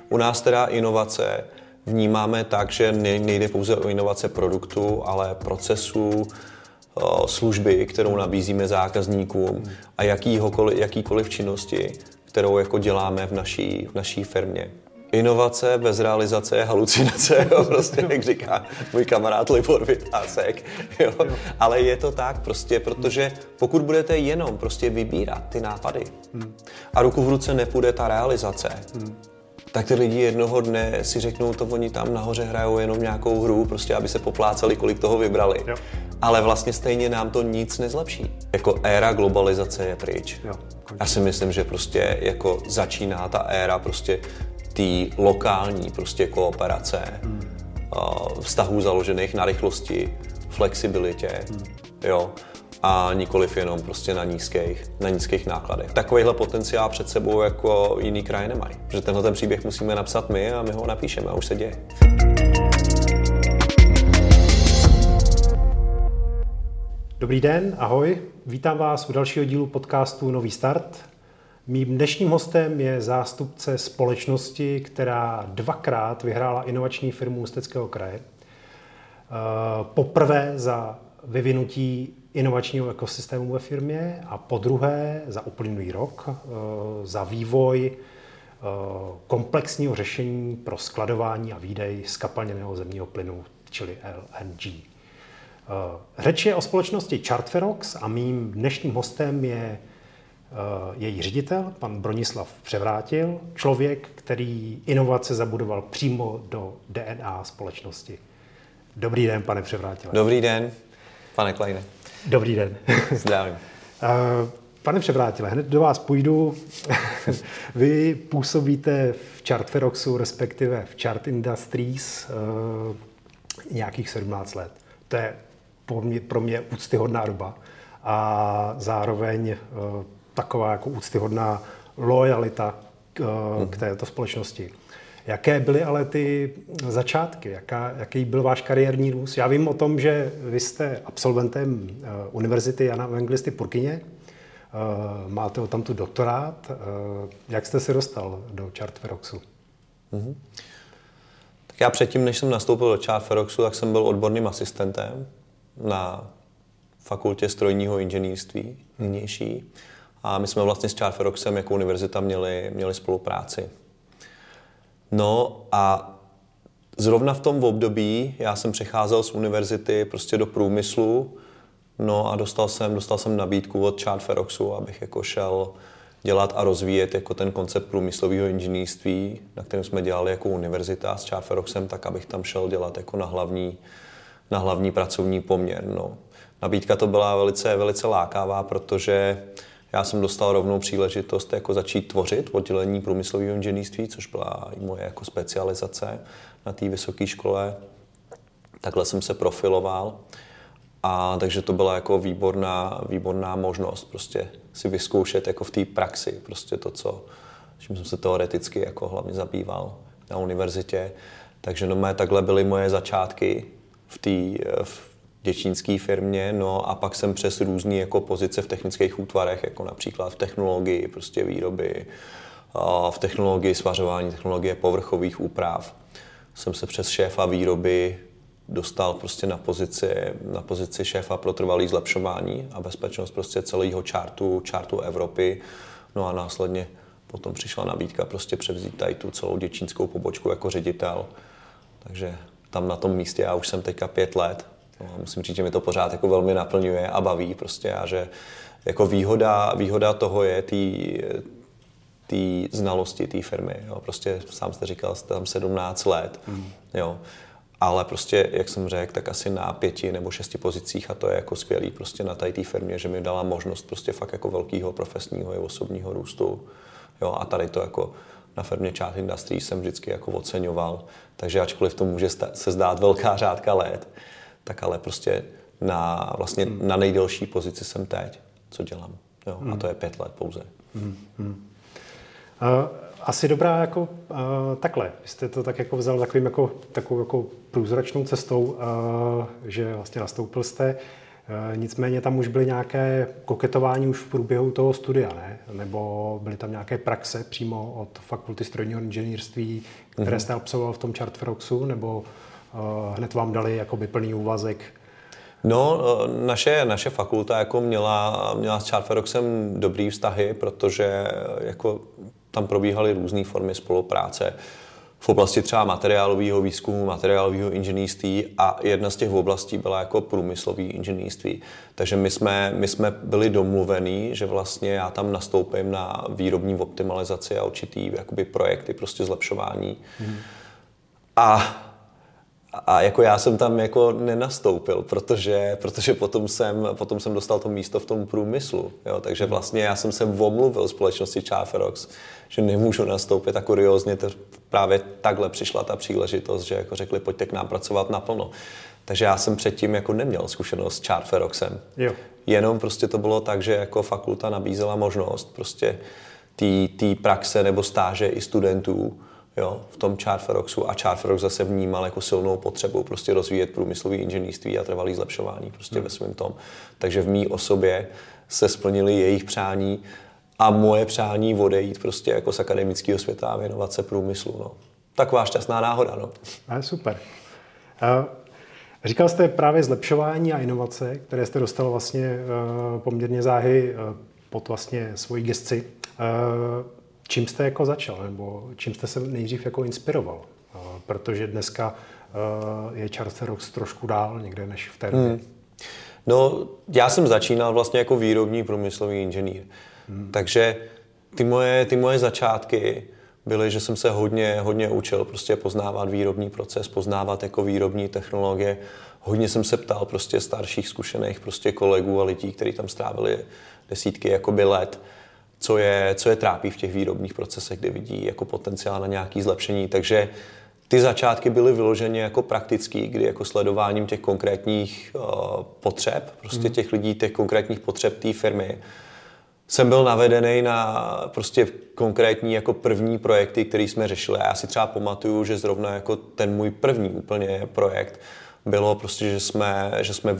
U nás teda inovace vnímáme tak, že nejde pouze o inovace produktu, ale procesů, služby, kterou nabízíme zákazníkům a jakýkoliv činnosti, kterou jako děláme v naší firmě. Inovace bez realizace je halucinace, jo, prostě, jak říká můj kamarád Libor Vytásek. Jo. Ale je to tak prostě, protože pokud budete jenom prostě vybírat ty nápady a ruku v ruce nepůjde ta realizace, tak ty lidi jednoho dne si řeknou, to oni tam nahoře hrajou jenom nějakou hru, prostě aby se poplácali, kolik toho vybrali. Jo. Ale vlastně stejně nám to nic nezlepší. Jako éra globalizace je pryč. Jo. Já si myslím, že prostě jako začíná ta éra prostě té lokální prostě kooperace, vztahů založených na rychlosti, flexibilitě, jo, a nikoliv jenom prostě na nízkých nákladech. Takovýhle potenciál před sebou jako jiný kraje nemají. Protože tenhle ten příběh musíme napsat my a my ho napíšeme a už se děje. Dobrý den, ahoj. Vítám vás u dalšího dílu podcastu Nový start. Mým dnešním hostem je zástupce společnosti, která dvakrát vyhrála inovační firmu Ústeckého kraje. Poprvé za vyvinutí inovačního ekosystému ve firmě a podruhé za uplynulý rok za vývoj komplexního řešení pro skladování a výdej zkapalněného zemního plynu, čili LNG. Řeč je o společnosti Chartferox a mým dnešním hostem je její ředitel, pan Bronislav Převrátil, člověk, který inovace zabudoval přímo do DNA společnosti. Dobrý den, pane Převrátile. Dobrý den, pane Kleine. Dobrý den. Zdravím. Pane Převrátile, hned do vás půjdu. Vy působíte v Chartferoxu, respektive v Chart Industries, nějakých 17 let. To je pro mě úctyhodná doba a zároveň taková jako úctyhodná loajalita k této společnosti. Jaké byly ale ty začátky? Jaký byl váš kariérní růst? Já vím o tom, že vy jste absolventem Univerzity Jana Evangelisty Purkyně, máte tamtu doktorát. Jak jste se dostal do Chartferoxu? Tak já předtím, než jsem nastoupil do Chartferoxu, tak jsem byl odborným asistentem na fakultě strojního inženýrství nynější. A my jsme vlastně s Chartferoxem jako univerzita měli spolupráci. No a zrovna v tom období já jsem přecházel z univerzity prostě do průmyslu, no a dostal jsem nabídku od Chartferoxu, abych jako šel dělat a rozvíjet jako ten koncept průmyslového inženýrství, na kterém jsme dělali jako univerzita s Chartferoxem, tak abych tam šel dělat jako na hlavní pracovní poměr. No. Nabídka to byla velice, velice lákavá, protože já jsem dostal rovnou příležitost jako začít tvořit oddělení průmyslového inženýrství, což byla i moje jako specializace na té vysoké škole. Takhle jsem se profiloval. A takže to byla jako výborná možnost prostě si vyzkoušet jako v té praxi prostě to, čím jsem se teoreticky jako hlavně zabýval na univerzitě. Takže takhle byly moje začátky v děčínské firmě, no a pak jsem přes různé jako pozice v technických útvarech, jako například v technologii prostě výroby, v technologii svařování, technologie povrchových úprav. Jsem se přes šéfa výroby dostal prostě na pozici šéfa pro trvalé zlepšování a bezpečnost prostě celého chartu Evropy. No a následně potom přišla nabídka prostě převzít tady tu celou děčínskou pobočku jako ředitel. Takže tam na tom místě já už jsem teďka 5 let. No, musím říct, že mi to pořád jako velmi naplňuje a baví prostě a že jako výhoda toho je té znalosti té firmy. Jo. Prostě sám jste říkal, jste tam 17 let. Jo. Ale prostě, jak jsem řekl, tak asi na 5 nebo 6 pozicích a to je jako skvělý prostě na té firmě, že mi dala možnost prostě fakt jako velkého profesního i osobního růstu. Jo, a tady to jako na firmě Chart Industries jsem vždycky jako oceňoval. Takže ačkoliv to může se zdát velká řádka let, tak ale prostě na nejdelší pozici jsem teď, co dělám. Jo, a to je 5 let pouze. Asi dobrá jako takhle. Vy jste to tak jako vzal takovou jako průzračnou cestou, že vlastně nastoupil jste. Nicméně tam už byly nějaké koketování už v průběhu toho studia, ne? Nebo byly tam nějaké praxe přímo od Fakulty strojního inženýrství, které jste absolvoval v tom Chartferoxu, nebo hned vám dali jakoby plný úvazek? No, naše fakulta jako měla s Chartferoxem dobrý vztahy, protože jako tam probíhaly různé formy spolupráce v oblasti třeba materiálového výzkumu, materiálového inženýrství a jedna z těch oblastí byla jako průmyslové inženýrství. Takže my jsme byli domluvení, že vlastně já tam nastoupím na výrobní optimalizaci a určitý jakoby projekty prostě zlepšování. A jako já jsem tam jako nenastoupil, protože potom jsem dostal to místo v tom průmyslu. Jo? Takže vlastně já jsem se omluvil společnosti Chartferox, že nemůžu nastoupit a kuriózně právě takhle přišla ta příležitost, že jako řekli, pojďte k nám pracovat naplno. Takže já jsem předtím jako neměl zkušenost s Chartferoxem. Jo. Jenom prostě to bylo tak, že jako fakulta nabízela možnost prostě té praxe nebo stáže i studentů, jo, v tom Chartferoxu a Chartferox zase vnímal jako silnou potřebu prostě rozvíjet průmyslové inženýrství a trvalé zlepšování prostě ve svém tom. Takže v mý osobě se splnily jejich přání a moje přání odejít prostě jako z akademického světa a věnovat se průmyslu. No. Taková šťastná náhoda. No. Super. Říkal jste právě zlepšování a inovace, které jste dostal vlastně poměrně záhy pod vlastně svoji gesci. Čím jste jako začal, nebo čím jste se nejdřív jako inspiroval? Protože dneska je Chartferox trošku dál někde než v té době. No, já jsem začínal vlastně jako výrobní průmyslový inženýr. Takže ty moje začátky byly, že jsem se hodně učil prostě poznávat výrobní proces, poznávat jako výrobní technologie. Hodně jsem se ptal prostě starších zkušených prostě kolegů a lidí, kteří tam strávili desítky jakoby let, co je trápí v těch výrobních procesech, kde vidí jako potenciál na nějaké zlepšení. Takže ty začátky byly vyloženě jako praktický, kdy jako sledováním těch konkrétních potřeb, prostě těch lidí, těch konkrétních potřeb té firmy, jsem byl navedený na prostě konkrétní jako první projekty, které jsme řešili. A já si třeba pamatuju, že zrovna jako ten můj první úplně projekt bylo prostě, že jsme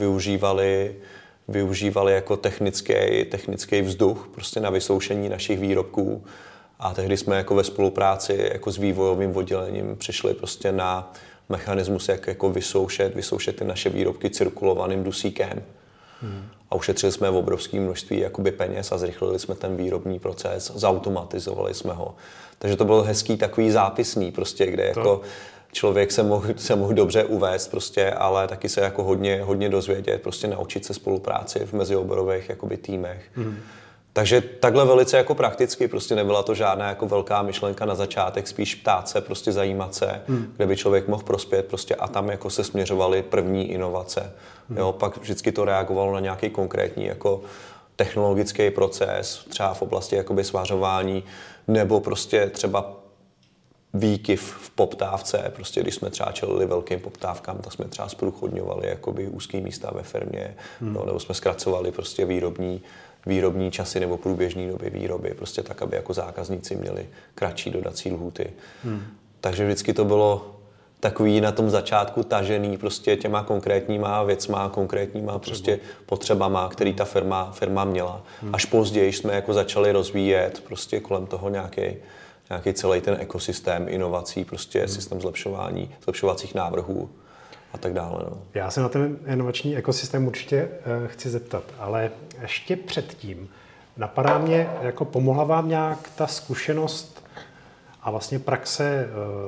využívali jako technický vzduch prostě na vysoušení našich výrobků. A tehdy jsme jako ve spolupráci jako s vývojovým oddělením přišli prostě na mechanismus, jak jako vysoušet ty naše výrobky cirkulovaným dusíkem. A ušetřili jsme obrovské množství jakoby peněz a zrychlili jsme ten výrobní proces, zautomatizovali jsme ho. Takže to bylo hezký takový zápisný prostě, kde jako člověk se mohl dobře uvést prostě, ale taky se jako hodně dozvědět, prostě naučit se spolupráci v mezioborových jakoby týmech. Takže takhle velice jako prakticky, prostě nebyla to žádná jako velká myšlenka na začátek, spíš ptát se, prostě zajímat se, kde by člověk mohl prospět prostě a tam jako se směřovaly první inovace. Jo, pak vždycky to reagovalo na nějaký konkrétní jako technologický proces, třeba v oblasti jakoby svařování, nebo prostě třeba výkyv v poptávce, prostě když jsme třeba čelili velkým poptávkám, tak jsme třeba zprůchodňovali jakoby úzký místa ve firmě, no, nebo jsme zkracovali prostě výrobní časy nebo průběžné doby výroby, prostě tak, aby jako zákazníci měli kratší dodací lhůty. Takže vždycky to bylo takový na tom začátku tažený prostě těma konkrétníma věcma, konkrétníma prostě potřebama, který ta firma měla. Až později jsme jako začali rozvíjet prostě kolem toho nějaký celý ten ekosystém inovací, prostě systém zlepšovacích návrhů a tak dále. No. Já se na ten inovační ekosystém určitě chci zeptat, ale ještě předtím napadá mě, jako pomohla vám nějak ta zkušenost a vlastně praxe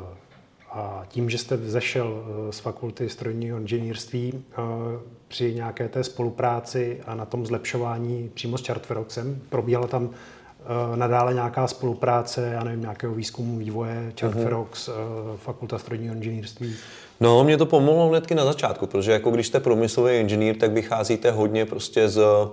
a tím, že jste vzešel z Fakulty strojního inženýrství při nějaké té spolupráci a na tom zlepšování přímo s Chartferoxem, probíhala tam nadále nějaká spolupráce, já nevím, nějakého výzkumu, vývoje, Chartferox, Fakulta strojního inženýrství? No, mě to pomohlo hnedky na začátku, protože jako když jste průmyslový inženýr, tak vycházíte hodně prostě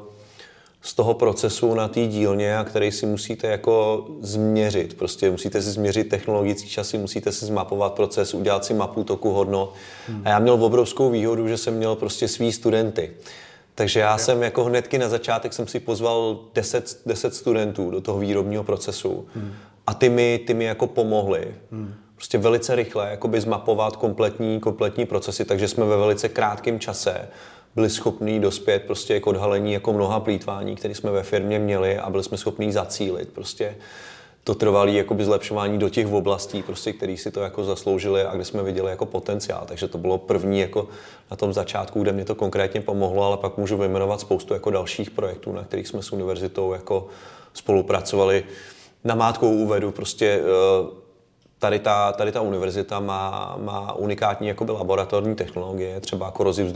z toho procesu na té dílně, a který si musíte jako změřit. Prostě musíte si změřit technologické časy, musíte si zmapovat proces, udělat si mapu toku hodnot. A já měl obrovskou výhodu, že jsem měl prostě svý studenty. Takže já jsem jako hnedky na začátek jsem si pozval 10 studentů do toho výrobního procesu a ty mi jako pomohli. Prostě velice rychle jakoby zmapovat kompletní procesy, takže jsme ve velice krátkém čase byli schopní dospět prostě k odhalení jako mnoha plýtvání, které jsme ve firmě měli a byli jsme schopní zacílit prostě to trvalé jakoby zlepšování do těch oblastí, prostě, který si to jako zasloužili a kde jsme viděli jako potenciál. Takže to bylo první jako na tom začátku, kde mě to konkrétně pomohlo, ale pak můžu vyjmenovat spoustu jako dalších projektů, na kterých jsme s univerzitou jako spolupracovali. Namátkou uvedu prostě tady ta univerzita má unikátní jakoby laboratorní technologie, třeba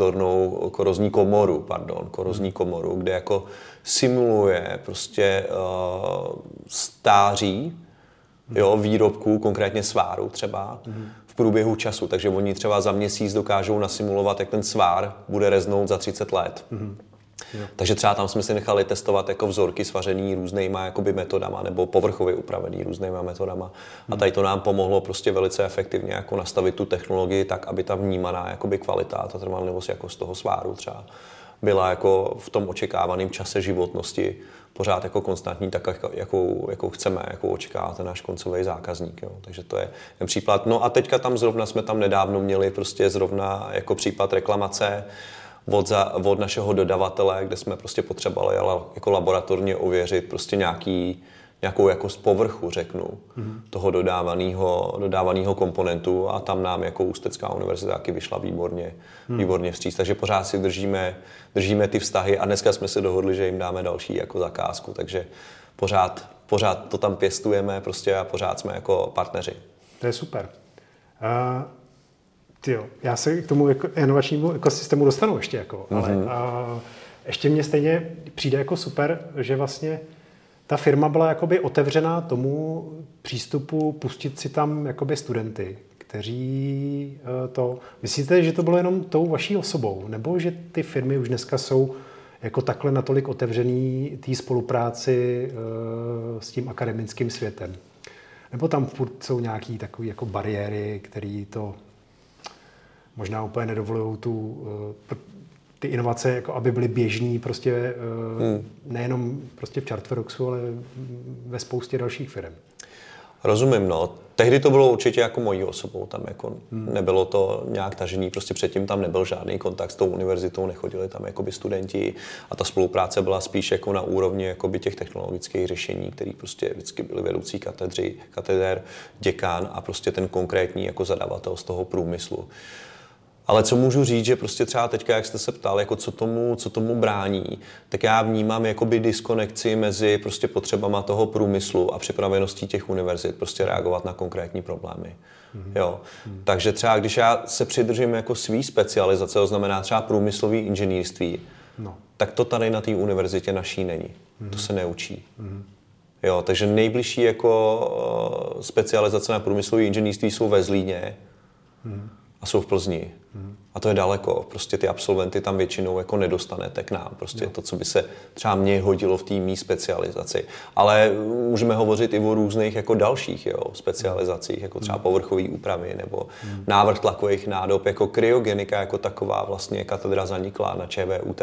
korozní komoru, kde jako simuluje prostě stáří výrobků, konkrétně sváru třeba v průběhu času. Takže oni třeba za měsíc dokážou nasimulovat, jak ten svár bude reznout za 30 let. Takže třeba tam jsme si nechali testovat jako vzorky svařený různýma jakoby metodama nebo povrchově upravený různýma metodama. A tady to nám pomohlo prostě velice efektivně jako nastavit tu technologii tak, aby ta vnímaná jakoby kvalita a ta trvanlivost jako z toho sváru třeba byla jako v tom očekávaném čase životnosti pořád jako konstantní, tak jakou chceme, jakou očekává ten náš koncový zákazník. Jo. Takže to je ten příklad. No a teďka jsme tam nedávno měli prostě zrovna jako případ reklamace od našeho dodavatele, kde jsme prostě potřebovali jako laboratorně ověřit prostě nějakou jako z povrchu, řeknu, toho dodávaného komponentu a tam nám jako Ústecká univerzita taky vyšla výborně vstříc. Takže pořád si držíme ty vztahy a dneska jsme si dohodli, že jim dáme další jako zakázku, takže pořád to tam pěstujeme prostě a pořád jsme jako partneři. To je super. Já se k tomu inovačnímu ekosystému dostanu ještě, ale ještě mně stejně přijde jako super, že vlastně ta firma byla jakoby otevřená tomu přístupu pustit si tam jakoby studenty, kteří to... Myslíte, že to bylo jenom tou vaší osobou? Nebo že ty firmy už dneska jsou jako takhle natolik otevřený té spolupráci s tím akademickým světem? Nebo tam furt jsou nějaké takové jako bariéry, které to možná úplně nedovolují ty inovace, jako aby byly běžný prostě nejenom prostě v Chartferoxu, ale ve spoustě dalších firm. Rozumím, no. Tehdy to bylo určitě jako mojí osobou, tam jako nebylo to nějak tažený, prostě předtím tam nebyl žádný kontakt s tou univerzitou, nechodili tam jakoby studenti a ta spolupráce byla spíš jako na úrovni jakoby těch technologických řešení, které prostě vždycky byly vedoucí katedr, děkán a prostě ten konkrétní jako zadavatel z toho průmyslu. Ale co můžu říct, že prostě třeba teďka, jak jste se ptal, jako co tomu brání, tak já vnímám jakoby diskonekci mezi prostě potřebama toho průmyslu a připraveností těch univerzit prostě reagovat na konkrétní problémy. Jo. Takže třeba, když já se přidržím jako svý specializace, to znamená třeba průmyslový inženýrství, tak to tady na té univerzitě naší není. To se neučí. Jo, takže nejbližší jako specializace na průmyslové inženýrství jsou ve Zlíně a jsou v Plzni. A to je daleko. Prostě ty absolventy tam většinou jako nedostanete k nám. Prostě to, co by se třeba mně hodilo v té mý specializaci. Ale můžeme hovořit i o různých jako dalších specializacích, jako třeba povrchové úpravy nebo návrh tlakových nádob, jako kryogenika jako taková vlastně katedra zanikla na ČVUT.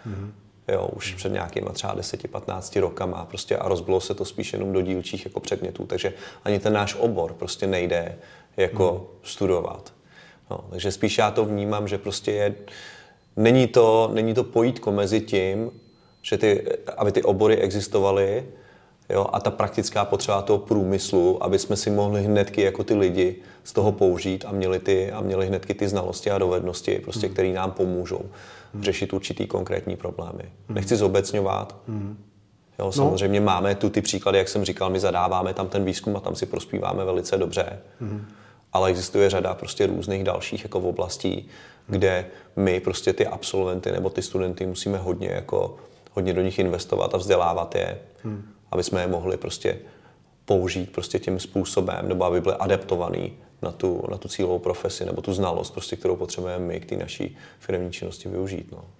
Jo, už před nějakýma třeba 10-15 rokama prostě a rozbilo se to spíš jenom do dílčích jako předmětů, takže ani ten náš obor prostě nejde jako studovat. No, takže spíš já to vnímám, že prostě není to pojítko mezi tím, že aby ty obory existovaly, jo, a ta praktická potřeba toho průmyslu, aby jsme si mohli hnedky jako ty lidi z toho použít a měli hnedky ty znalosti a dovednosti, prostě, které nám pomůžou řešit určitý konkrétní problémy. Nechci zobecňovat. Jo, samozřejmě máme tu ty příklady, jak jsem říkal, my zadáváme tam ten výzkum a tam si prospíváme velice dobře. Ale existuje řada prostě různých dalších jako oblastí, kde my prostě ty absolventy nebo ty studenty musíme hodně do nich investovat a vzdělávat je, aby jsme je mohli prostě použít prostě tím způsobem, nebo aby byli adaptovaní na tu cílovou profesi nebo tu znalost, prostě, kterou potřebujeme my k té naší firemní činnosti využít. No.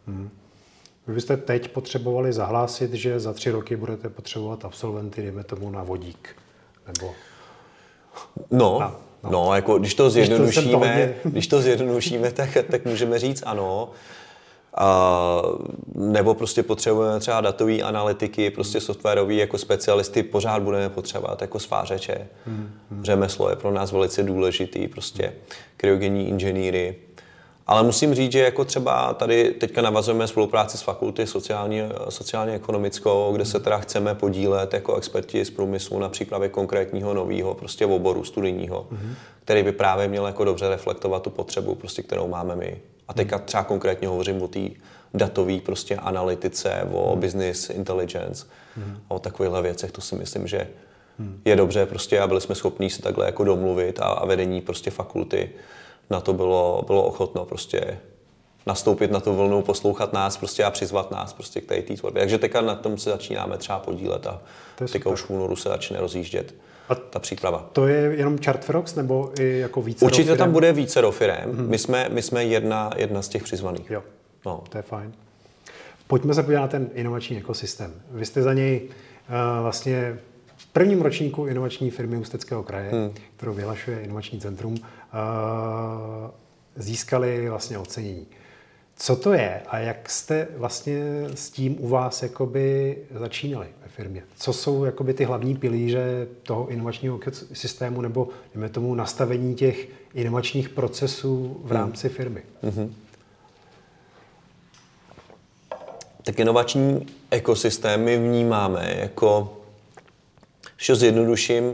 Vy byste teď potřebovali zahlásit, že za 3 roky budete potřebovat absolventy, dejme tomu na vodík, nebo... No, jako když to zjednodušíme, tak můžeme říct ano. Nebo prostě potřebujeme třeba datové analytiky, prostě softwarový jako specialisty, pořád budeme potřebovat jako svářeče. Řemeslo je pro nás velice důležitý, prostě kryogenní inženýry Ale musím říct, že jako třeba tady teďka navazujeme spolupráci s fakulty sociálně ekonomickou, kde se teda chceme podílet jako experti z průmyslu na přípravě konkrétního nového prostě oboru studijního, který by právě měl jako dobře reflektovat tu potřebu, prostě, kterou máme my. A teďka třeba konkrétně hovořím o té datové prostě analytice, o business intelligence a o takovýchhle věcech. To si myslím, že je dobře prostě a byli jsme schopní se takhle jako domluvit a vedení prostě fakulty na to bylo ochotno prostě nastoupit na tu vlnu, poslouchat nás prostě a přizvat nás prostě k té tvorbě. Takže teďka na tom se začínáme třeba podílet a teďka už v únoru se začne rozjíždět ta příprava. To je jenom Chartferox nebo i jako více? Určitě tam bude více firem. My jsme jedna z těch přizvaných. Jo, no. To je fajn. Pojďme se podívat na ten inovační ekosystém. Vy jste za něj vlastně v prvním ročníku inovační firmy Ústeckého kraje, kterou vyhlašuje Inovační centrum, získali vlastně ocenění. Co to je a jak jste vlastně s tím u vás jakoby začínali ve firmě? Co jsou jakoby ty hlavní pilíře toho inovačního systému nebo dejme tomu nastavení těch inovačních procesů v rámci firmy? Tak inovační ekosystém my vnímáme jako, že zjednoduším,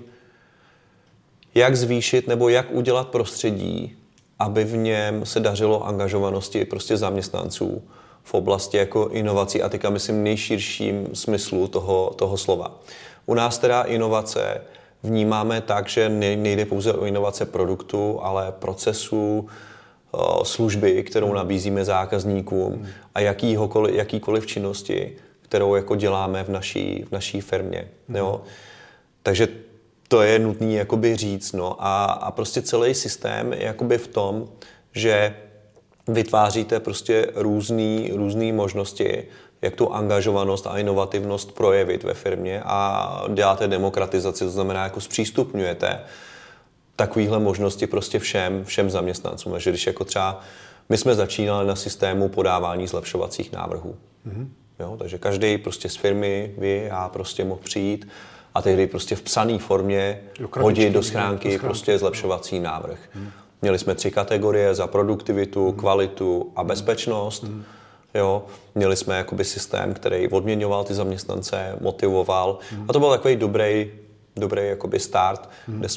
jak zvýšit nebo jak udělat prostředí, aby v něm se dařilo angažovanosti prostě zaměstnanců v oblasti jako inovací a teďka myslím nejširším smyslu toho slova. U nás teda inovace vnímáme tak, že nejde pouze o inovace produktu, ale procesů, služby, kterou nabízíme zákazníkům a jakýkoliv činnosti, kterou jako děláme v naší firmě. Jo? Takže to je nutné jakoby říct. No. A prostě celý systém je jakoby v tom, že vytváříte prostě různé možnosti, jak tu angažovanost a inovativnost projevit ve firmě a děláte demokratizaci, to znamená, jako zpřístupňujete takovéhle možnosti prostě všem zaměstnancům. Takže když jako třeba my jsme začínali na systému podávání zlepšovacích návrhů. Jo, takže každý prostě z firmy, já prostě mohl přijít a tehdy prostě v psané formě hodit do schránky prostě zlepšovací návrh. Měli jsme 3 kategorie za produktivitu, kvalitu a bezpečnost. Jo, měli jsme jakoby systém, který odměňoval ty zaměstnance, motivoval. A to byl takový dobrý jakoby start, kde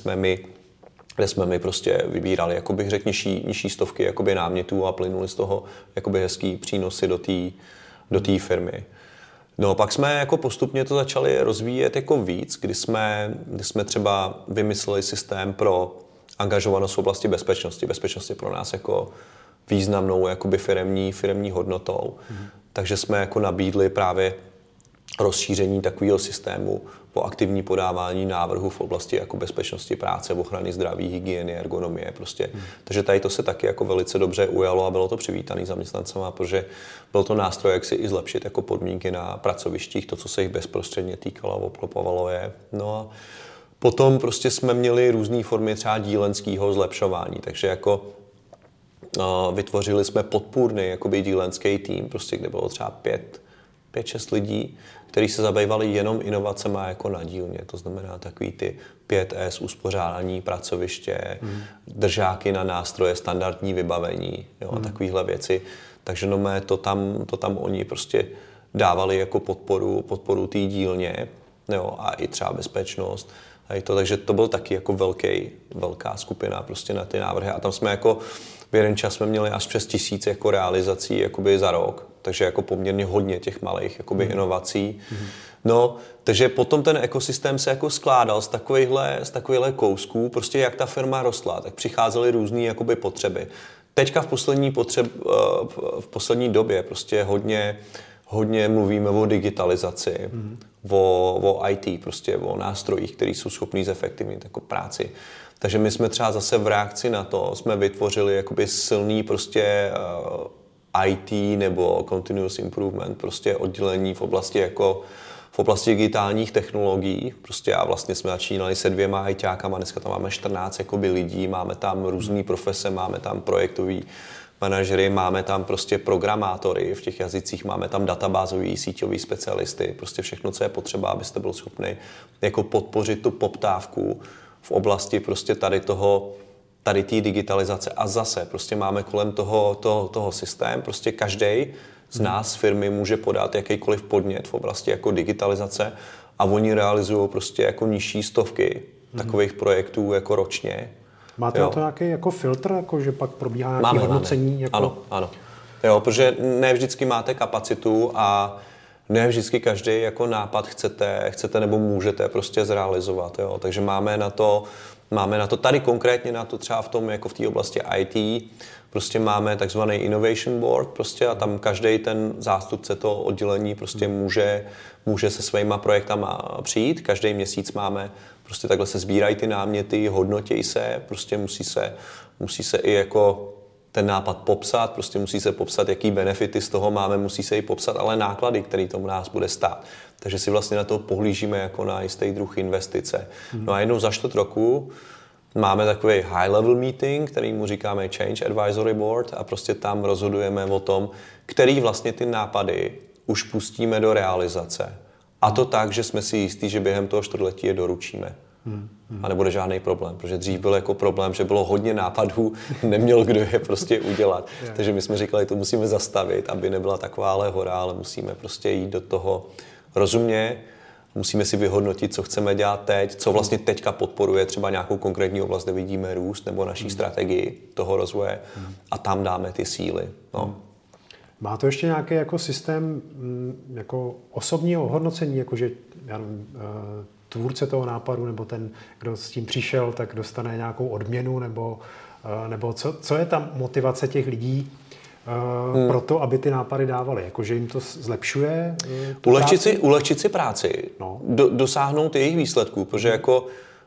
jsme my prostě vybírali, jakoby řekl, nižší stovky jakoby námětů a plynuli z toho jakoby hezký přínosy do té firmy. No, pak jsme jako postupně to začali rozvíjet jako víc, kdy jsme třeba vymysleli systém pro angažovanost v oblasti bezpečnosti. Bezpečnost je pro nás jako významnou jakoby firemní hodnotou. Takže jsme jako nabídli právě rozšíření takového systému po aktivní podávání návrhů v oblasti jako bezpečnosti práce, ochrany zdraví, hygieny, ergonomie prostě. Takže tady to se taky jako velice dobře ujalo a bylo to přivítaný zaměstnancema, protože byl to nástroj, jak si i zlepšit jako podmínky na pracovištích, to, co se jich bezprostředně týkalo a obklopovalo je. No a potom prostě jsme měli různé formy třeba dílenského zlepšování, takže jako vytvořili jsme podpůrný jakoby dílenský tým, prostě, kde bylo třeba 5-6 lidí, kteří se zabývali jenom inovacemi jako na dílně. To znamená takový ty 5S, uspořádání pracoviště, držáky na nástroje, standardní vybavení, jo, a takovéhle věci. Takže no to tam oni prostě dávali jako podporu té dílně, jo, a i třeba bezpečnost. Takže to byl taky jako velká skupina prostě na ty návrhy. A tam jsme jako v jeden čas jsme měli až přes 1000 jako realizací jakoby za rok, takže jako poměrně hodně těch malých jakoby inovací. No, takže potom ten ekosystém se jako skládal z takovýchhle kousků, prostě jak ta firma rostla, tak přicházely různé jakoby potřeby. Teďka v poslední době prostě hodně mluvíme o digitalizaci, o IT, prostě o nástrojích, které jsou schopný zefektivnit jako práci. Takže my jsme třeba zase v reakci na to jsme vytvořili jakoby silný prostě IT nebo continuous improvement, prostě oddělení v oblasti digitálních technologií. Prostě a vlastně jsme začínali se 2 ITákama, dneska tam máme 14 jakoby lidí, máme tam různé profese, máme tam projektový manažery, máme tam prostě programátory v těch jazycích, máme tam databázový, síťový specialisty, prostě všechno, co je potřeba, abyste byl schopni jako podpořit tu poptávku v oblasti prostě tady tady té digitalizace a zase prostě máme kolem toho systém, prostě každý z nás firmy může podat jakýkoliv podnět v oblasti jako digitalizace a oni realizují prostě jako nižší stovky takových projektů jako ročně. Máte na to nějaký jako filtr, jako že pak probíhá nějaké hodnocení? Jako... Ano. Jo, protože ne vždycky máte kapacitu a ne vždycky každý jako nápad chcete nebo můžete prostě zrealizovat. Jo. Takže máme na to tady konkrétně na to třeba v tom jako v té oblasti IT, prostě máme takzvaný Innovation Board prostě a tam každý ten zástupce toho oddělení prostě může se svýma projektama přijít. Každý měsíc máme, prostě takhle se sbírají ty náměty, hodnotí se, prostě musí se i jako ten nápad popsat, prostě musí se popsat, jaký benefity z toho máme, musí se i popsat, ale náklady, který tomu nás bude stát. Takže si vlastně na to pohlížíme jako na jistý druh investice. No a jednou za 4 roku máme takový high-level meeting, který mu říkáme Change Advisory Board a prostě tam rozhodujeme o tom, který vlastně ty nápady už pustíme do realizace. A to tak, že jsme si jistí, že během toho 4letí je doručíme. A nebude žádný problém, protože dřív byl jako problém, že bylo hodně nápadů, neměl kdo je prostě udělat. Takže my jsme říkali, to musíme zastavit, aby nebyla takováhle hora, ale musíme prostě jít do toho rozumně, musíme si vyhodnotit, co chceme dělat teď, co vlastně teďka podporuje třeba nějakou konkrétní oblast, kde vidíme růst nebo naší strategii toho rozvoje a tam dáme ty síly. No. Má to ještě nějaký jako systém jako osobního hodnocení, jakože já nevím, tvůrce toho nápadu nebo ten, kdo s tím přišel, tak dostane nějakou odměnu nebo co je ta motivace těch lidí pro to, aby ty nápady dávali? Jakože jim to zlepšuje? Ulehčit si práci, no. Dosáhnout jejich výsledků, protože jako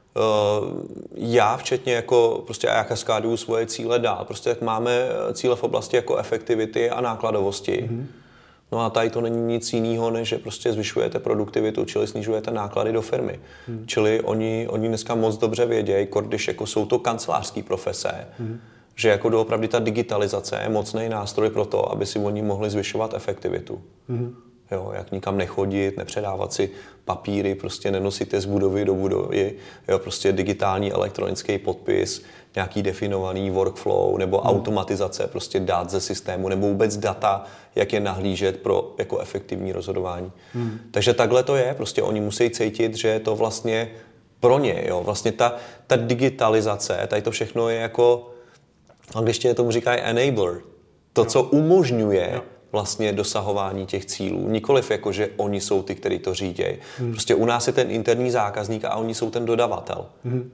já včetně jako prostě já kaskádую svoje cíle dál. Prostě jak máme cíle v oblasti jako efektivity a nákladovosti. No a tady to není nic jiného, než že prostě zvyšujete produktivitu, čili snižujete náklady do firmy. Čili oni dneska moc dobře vědějí, když jako jsou to kancelářské profese, že jako doopravdy ta digitalizace je mocný nástroj pro to, aby si oni mohli zvyšovat efektivitu. Jo, jak nikam nechodit, nepředávat si papíry, prostě nenosit je z budovy do budovy, jo, prostě digitální elektronický podpis, nějaký definovaný workflow nebo automatizace prostě dát ze systému nebo vůbec data, jak je nahlížet pro jako efektivní rozhodování. Takže takhle to je, prostě oni musí cítit, že je to vlastně pro ně, jo, vlastně ta digitalizace, tady to všechno je jako, angličtině tomu říkají enabler, to, co umožňuje vlastně dosahování těch cílů. Nikoliv jako, že oni jsou ty, kteří to řídějí. Prostě u nás je ten interní zákazník a oni jsou ten dodavatel.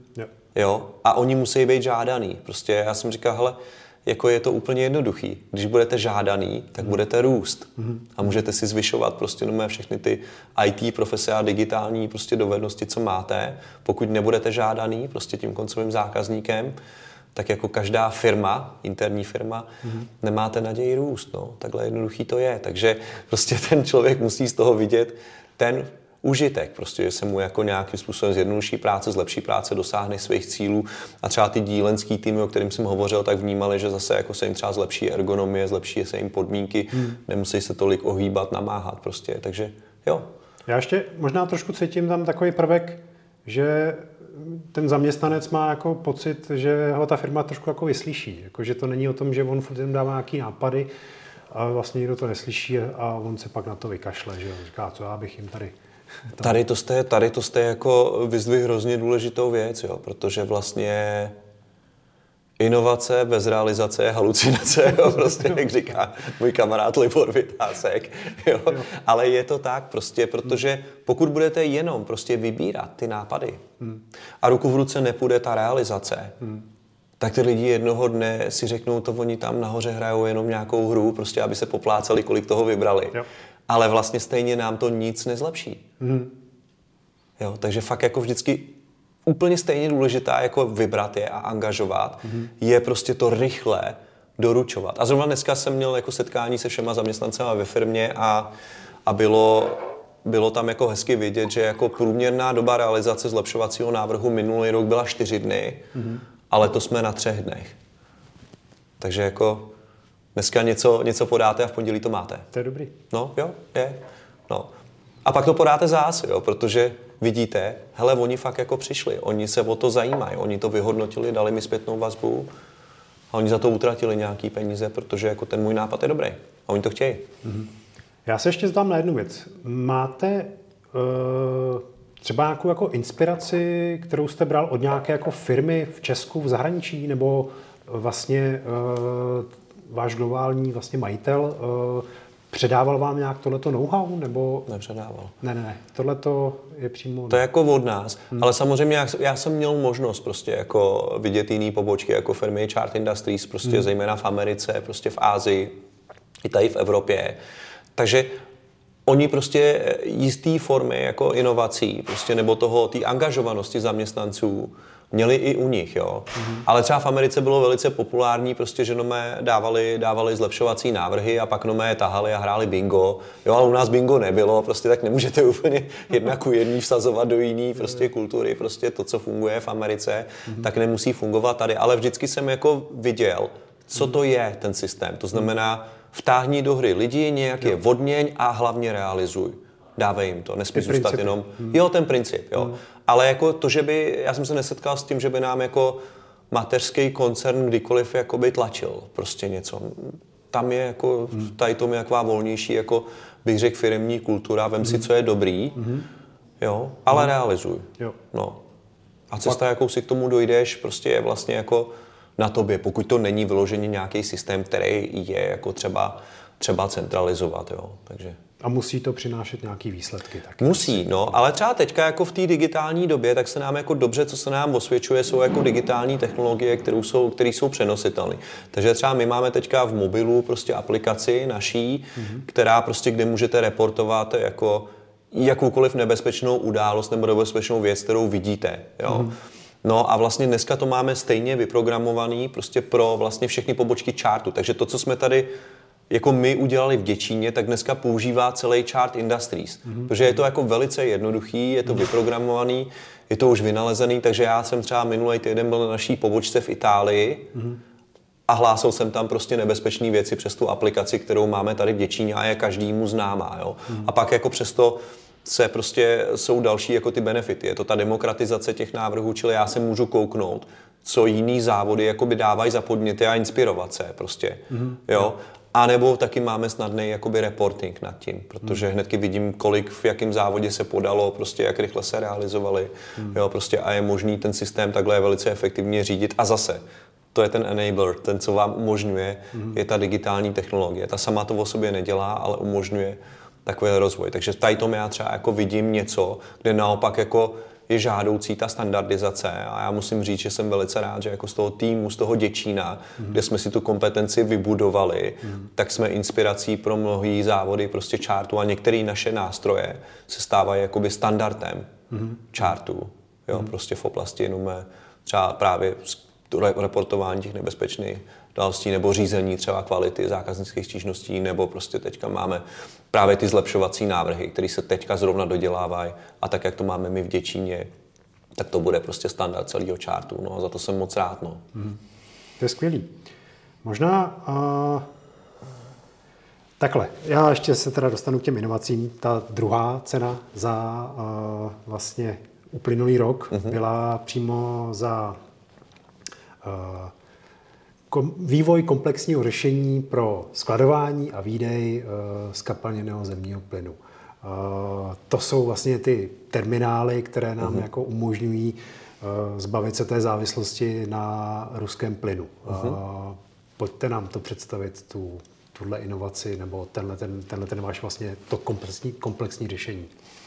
Jo? A oni musí být žádaný. Prostě já jsem říkal, hele, jako je to úplně jednoduchý. Když budete žádaný, tak budete růst. A můžete si zvyšovat prostě všechny ty IT profese a digitální prostě dovednosti, co máte. Pokud nebudete žádaný prostě tím koncovým zákazníkem, tak jako každá firma, interní firma, nemáte naději růst. No. Takhle jednoduchý to je. Takže prostě ten člověk musí z toho vidět ten užitek, prostě, že se mu jako nějakým způsobem zjednoduší práce, zlepší práce, dosáhne svých cílů a třeba ty dílenský týmy, o kterým jsem hovořil, tak vnímali, že zase jako se jim třeba zlepší ergonomie, zlepší se jim podmínky, nemusí se tolik ohýbat, namáhat prostě, takže jo. Já ještě možná trošku cítím tam takový prvek, že ten zaměstnanec má jako pocit, že ho ta firma trošku jako vyslyší. Jako, že to není o tom, že on furt jim dává nějaký nápady a vlastně nikdo to neslyší a on se pak na to vykašle, že říká, co já bych jim tady... Tady to jste jako vyzdvihl hrozně důležitou věc, jo, protože vlastně inovace bez realizace je halucinace, jo, prostě, jak říká můj kamarád Libor Vytásek. Jo. Ale je to tak prostě, protože pokud budete jenom prostě vybírat ty nápady a ruku v ruce nepůjde ta realizace, tak ty lidi jednoho dne si řeknou, to oni tam nahoře hrajou jenom nějakou hru, prostě aby se poplácali, kolik toho vybrali. Jo. Ale vlastně stejně nám to nic nezlepší. Jo, takže fakt jako vždycky úplně stejně důležitá jako vybrat je a angažovat, je prostě to rychle doručovat. A zrovna dneska jsem měl jako setkání se všema zaměstnancema ve firmě a bylo tam jako hezky vidět, že jako průměrná doba realizace zlepšovacího návrhu minulý rok byla 4 dny, ale to jsme na 3 dnech. Takže jako dneska něco podáte a v pondělí to máte. To je dobrý. No, jo, je. No. A pak to podáte zás, jo, protože vidíte, hele, oni fakt jako přišli, oni se o to zajímají, oni to vyhodnotili, dali mi zpětnou vazbu a oni za to utratili nějaký peníze, protože jako ten můj nápad je dobrý a oni to chtějí. Já se ještě zeptám na jednu věc. Máte třeba nějakou jako inspiraci, kterou jste bral od nějaké jako firmy v Česku, v zahraničí, nebo vlastně váš globální vlastně majitel předával vám nějak tohleto know-how, nebo... Nepředával. Ne, tohleto je přímo... To je jako od nás, ale samozřejmě já jsem měl možnost prostě jako vidět jiný pobočky jako firmy Chart Industries, prostě zejména v Americe, prostě v Asii, i tady v Evropě. Takže oni prostě jistý formy jako inovací, prostě nebo té angažovanosti zaměstnanců měli i u nich, jo. Ale třeba v Americe bylo velice populární, prostě, že dávali zlepšovací návrhy a pak je tahali a hráli bingo. Jo, ale u nás bingo nebylo, prostě tak nemůžete úplně jedna ku jedný vsazovat do jiný prostě kultury, prostě to, co funguje v Americe, tak nemusí fungovat tady. Ale vždycky jsem jako viděl, co to je ten systém. To znamená, vtáhni do hry lidi, nějak je odměň a hlavně realizuj. Dávej jim to, nesmí zůstat jenom... Jo, ten princip, jo. Ale jako to, že by... Já jsem se nesetkal s tím, že by nám jako mateřský koncern kdykoliv jakoby tlačil prostě něco. Tam je jako... Tady tomu je taková volnější, jako bych řekl, firemní kultura. Vem si, co je dobrý, jo, ale realizuj. Jo. No. A cesta, jakou si k tomu dojdeš, prostě je vlastně jako na tobě, pokud to není vyloženě nějaký systém, který je jako třeba centralizovat, jo. Takže... A musí to přinášet nějaký výsledky taky. Musí, no, ale třeba teďka jako v té digitální době, tak se nám jako dobře, co se nám osvědčuje, jsou jako digitální technologie, které jsou přenositelné. Takže třeba my máme teďka v mobilu prostě aplikaci naší, která prostě, kde můžete reportovat jako jakoukoliv nebezpečnou událost nebo nebezpečnou věc, kterou vidíte, jo. No a vlastně dneska to máme stejně vyprogramovaný prostě pro vlastně všechny pobočky Chartu. Takže to, co jsme tady jako my udělali v Děčíně, tak dneska používá celý Chart Industries. Protože je to jako velice jednoduchý, je to vyprogramovaný, je to už vynalezený, takže já jsem třeba minulý týden byl na naší pobočce v Itálii a hlásil jsem tam prostě nebezpečné věci přes tu aplikaci, kterou máme tady v Děčíně a je každému známá, jo. A pak jako přesto se prostě jsou další jako ty benefity. Je to ta demokratizace těch návrhů, čili já se můžu kouknout, co jiný závody jakoby dávají za podněty a inspirovat se prostě, jo. A nebo taky máme snadný jakoby reporting nad tím, protože hnedky vidím, kolik v jakém závodě se podalo, prostě jak rychle se realizovali, jo, prostě a je možný ten systém takhle velice efektivně řídit. A zase, to je ten enabler, ten, co vám umožňuje, je ta digitální technologie. Ta sama to o sobě nedělá, ale umožňuje takový rozvoj. Takže tady tomu já třeba jako vidím něco, kde naopak jako je žádoucí ta standardizace a já musím říct, že jsem velice rád, že jako z toho týmu, z toho Děčína, kde jsme si tu kompetenci vybudovali, tak jsme inspirací pro mnohý závody prostě Chartu a některé naše nástroje se stávají jakoby standardem Chartu, jo, prostě v oblasti jenom třeba právě reportování těch nebezpečných událostí nebo řízení třeba kvality zákaznických stížností, nebo prostě teďka máme právě ty zlepšovací návrhy, které se teďka zrovna dodělávají a tak, jak to máme my v Děčíně, tak to bude prostě standard celého Chartu. No a za to jsem moc rád. No. To je skvělý. Možná takhle. Já ještě se teda dostanu k těm inovacím. Ta druhá cena za vlastně uplynulý rok byla přímo za vývoj komplexního řešení pro skladování a výdej zkapalněného zemního plynu. To jsou vlastně ty terminály, které nám jako umožňují zbavit se té závislosti na ruském plynu. Pojďte nám to představit, tuhle inovaci, nebo tenhle ten váš vlastně to komplexní řešení.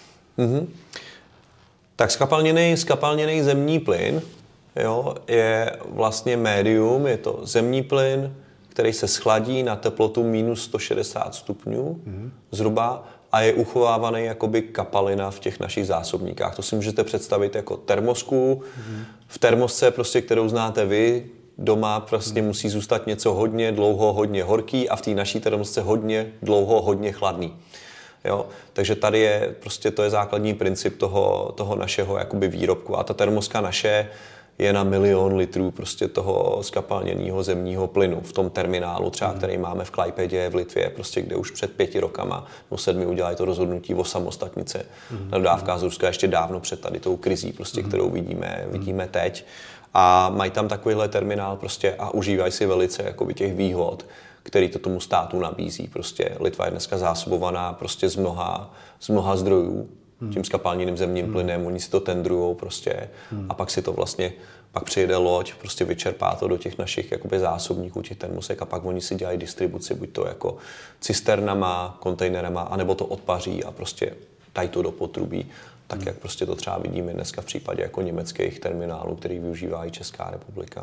Tak skapalněný zemní plyn, jo, je vlastně médium, je to zemní plyn, který se schladí na teplotu minus 160 stupňů zhruba a je uchovávaný jakoby kapalina v těch našich zásobníkách. To si můžete představit jako termosku. V termosce, prostě, kterou znáte vy, doma prostě musí zůstat něco hodně dlouho, hodně horký a v té naší termosce hodně dlouho, hodně chladný. Jo? Takže tady je prostě to je základní princip toho našeho jakoby výrobku. A ta termoska naše je na 1 milion litrů prostě toho skapalněného zemního plynu v tom terminálu třeba, který máme v Klaipėdě v Litvě, prostě kde už před 5 rokama, no 7 udělali to rozhodnutí o samostatnice na dodávkách z Ruska ještě dávno před tady tou krizí, prostě, kterou vidíme teď. A mají tam takovýhle terminál prostě a užívají si velice jakoby těch výhod, který to tomu státu nabízí. Prostě Litva je dneska zásobovaná prostě z mnoha zdrojů, tím skapalněným zemním plynem, oni si to tendrujou prostě a pak si to vlastně, pak přijede loď, prostě vyčerpá to do těch našich jakoby zásobníků, těch termosek a pak oni si dělají distribuci, buď to jako cisternama, kontejnerama, anebo to odpaří a prostě dají to do potrubí, tak jak prostě to třeba vidíme dneska v případě jako německých terminálů, který využívá i Česká republika.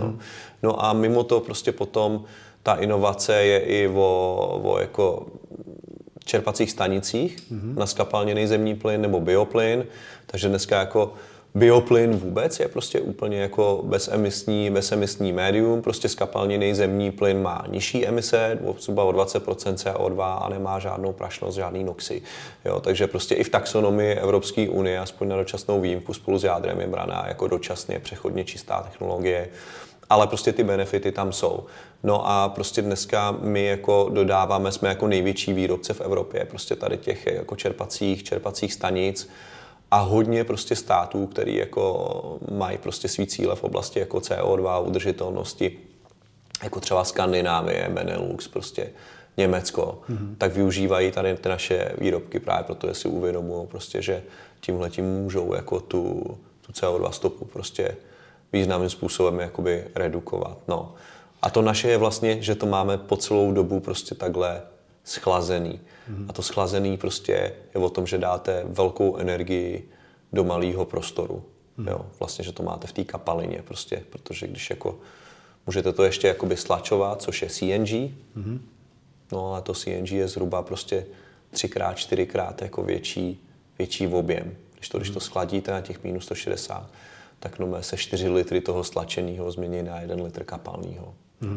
No a mimo to prostě potom ta inovace je i o jako čerpacích stanicích na skapalněný zemní plyn nebo bioplyn, takže dneska jako bioplyn vůbec je prostě úplně jako bezemisní médium, prostě skapalněný zemní plyn má nižší emise, zhruba o 20% CO2 a nemá žádnou prašnost, žádný noxy. Jo, takže prostě i v taxonomii Evropské unie, aspoň na dočasnou výjimku spolu s jádrem je braná jako dočasně přechodně čistá technologie, ale prostě ty benefity tam jsou. No a prostě dneska my jako dodáváme, jsme jako největší výrobce v Evropě, prostě tady těch jako čerpacích stanic a hodně prostě států, který jako mají prostě svý cíle v oblasti jako CO2, udržitelnosti, jako třeba Skandinávie, Benelux, prostě Německo, tak využívají tady ty naše výrobky právě proto, že si uvědomují prostě, že tímhletím můžou jako tu CO2 stopu prostě významným způsobem jakoby redukovat. No. A to naše je vlastně, že to máme po celou dobu prostě takhle schlazený. A to schlazený prostě je o tom, že dáte velkou energii do malého prostoru. Jo. Vlastně, že to máte v té kapalině prostě, protože když jako můžete to ještě jakoby stlačovat, což je CNG, no a to CNG je zhruba prostě 3x, 4x jako větší objem. Když to schladíte na těch minus 160, tak no se 4 litry toho stlačeného změní na 1 litr kapalného.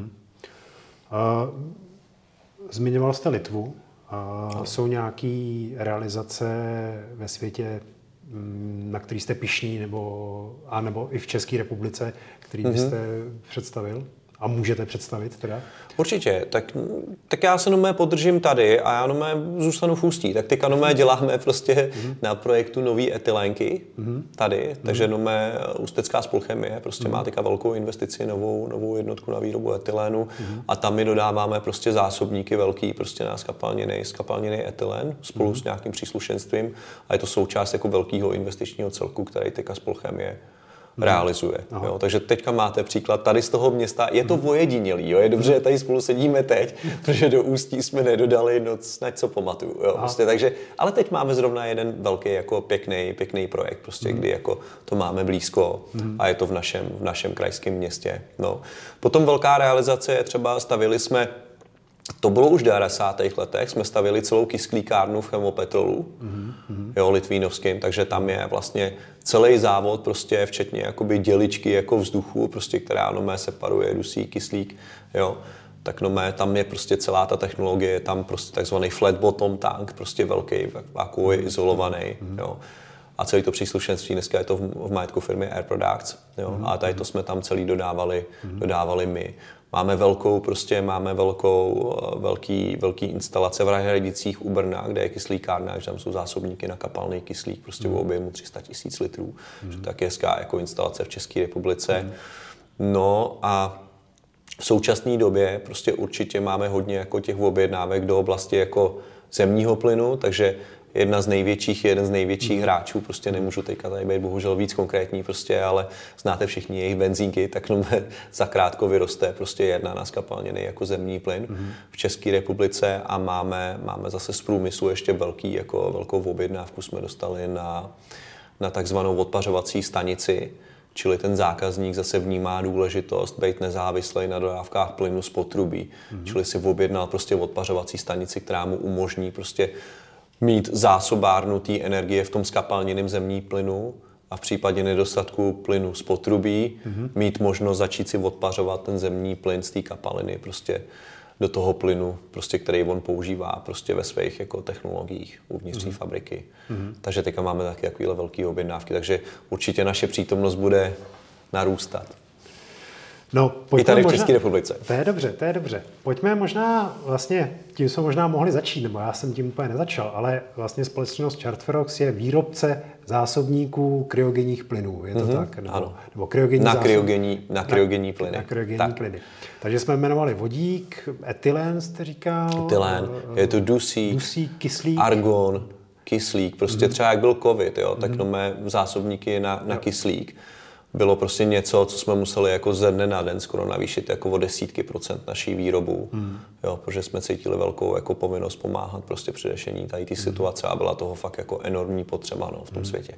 Zmiňoval jste Litvu. Jsou nějaké realizace ve světě, na který jste pyšný, nebo i v České republice, který byste představil? A můžete představit teda? Určitě, tak já se nomé podržím tady a já nomé zůstanu v Ústí. Tak teďka nomé děláme prostě na projektu nový etylénky tady, takže nomé Ústecká spolchemie prostě má teďka velkou investici, novou jednotku na výrobu etylénu a tam my dodáváme prostě zásobníky velký prostě na skapalněný etylen spolu s nějakým příslušenstvím a je to součást jako velkého investičního celku, který teďka spolchemie realizuje. Jo. Takže teďka máte příklad tady z toho města. Je to ojedinělý, jo. Je dobře, že tady spolu sedíme teď, protože do Ústí jsme nedodali noc, na co pamatuju. Jo. Prostě, takže, ale teď máme zrovna jeden velký jako pěkný projekt, prostě, kdy jako to máme blízko a je to v našem krajském městě. No. Potom velká realizace je třeba stavili jsme, to bylo už v 90. letech, jsme stavili celou kyslíkárnu v Chemopetrolu, jo, litvínovským, takže tam je vlastně celý závod, prostě včetně jakoby děličky jako vzduchu, prostě, která separuje dusík, kyslík, jo. Tak tam je prostě celá ta technologie, je tam prostě takzvaný flat bottom tank, prostě velký, vákuově izolovaný, jo. A celé to příslušenství, dneska je to v majetku firmy Air Products, jo. A tady to jsme tam celý dodávali my. Máme velký instalace v Rahradicích u Brna, kde je kyslíkárna, že tam jsou zásobníky na kapalný kyslík, prostě v objemu 300 000 litrů. Že tak je hezká jako instalace v České republice. No a v současné době prostě určitě máme hodně jako těch objednávek do oblasti jako zemního plynu, takže jeden z největších hráčů, prostě nemůžu teďka tady být bohužel víc konkrétní, prostě, ale znáte všichni jejich benzínky, tak za krátko vyroste prostě jedna na skapalněný jako zemní plyn v České republice a máme zase z průmyslu ještě velkou objednávku jsme dostali na takzvanou odpařovací stanici, čili ten zákazník zase vnímá důležitost být nezávislý na dodávkách plynu z potrubí, čili si objednal prostě odpařovací stanici, která mu umožní prostě mít zásobárnu té energie v tom skapalněném zemní plynu a v případě nedostatku plynu z potrubí mít možnost začít si odpařovat ten zemní plyn z té kapaliny prostě do toho plynu, prostě, který on používá prostě ve svých jako technologiích uvnitř té fabriky. Takže teďka máme taky takovéhle velké objednávky, takže určitě naše přítomnost bude narůstat. No, i tady v České republice. To je dobře. Pojďme možná, vlastně, tím jsme možná mohli začít, nebo já jsem tím úplně nezačal, ale vlastně společnost Chartferox je výrobce zásobníků kryogenních plynů, je to tak? Ano. Nebo kryogenní na kryogenní plyny. Na kryogenní plyny. Takže jsme jmenovali vodík, etylen jste říkal. Etylen, je to dusík, kyslík, argon, kyslík, prostě třeba jak byl covid, jo, tak mé zásobníky na kyslík bylo prostě něco, co jsme museli jako ze dne na den skoro navýšit jako o desítky procent naší výrobu, jo, protože jsme cítili velkou jako povinnost pomáhat prostě při řešení tady té situace a byla toho fakt jako enormní potřeba, no, v tom světě.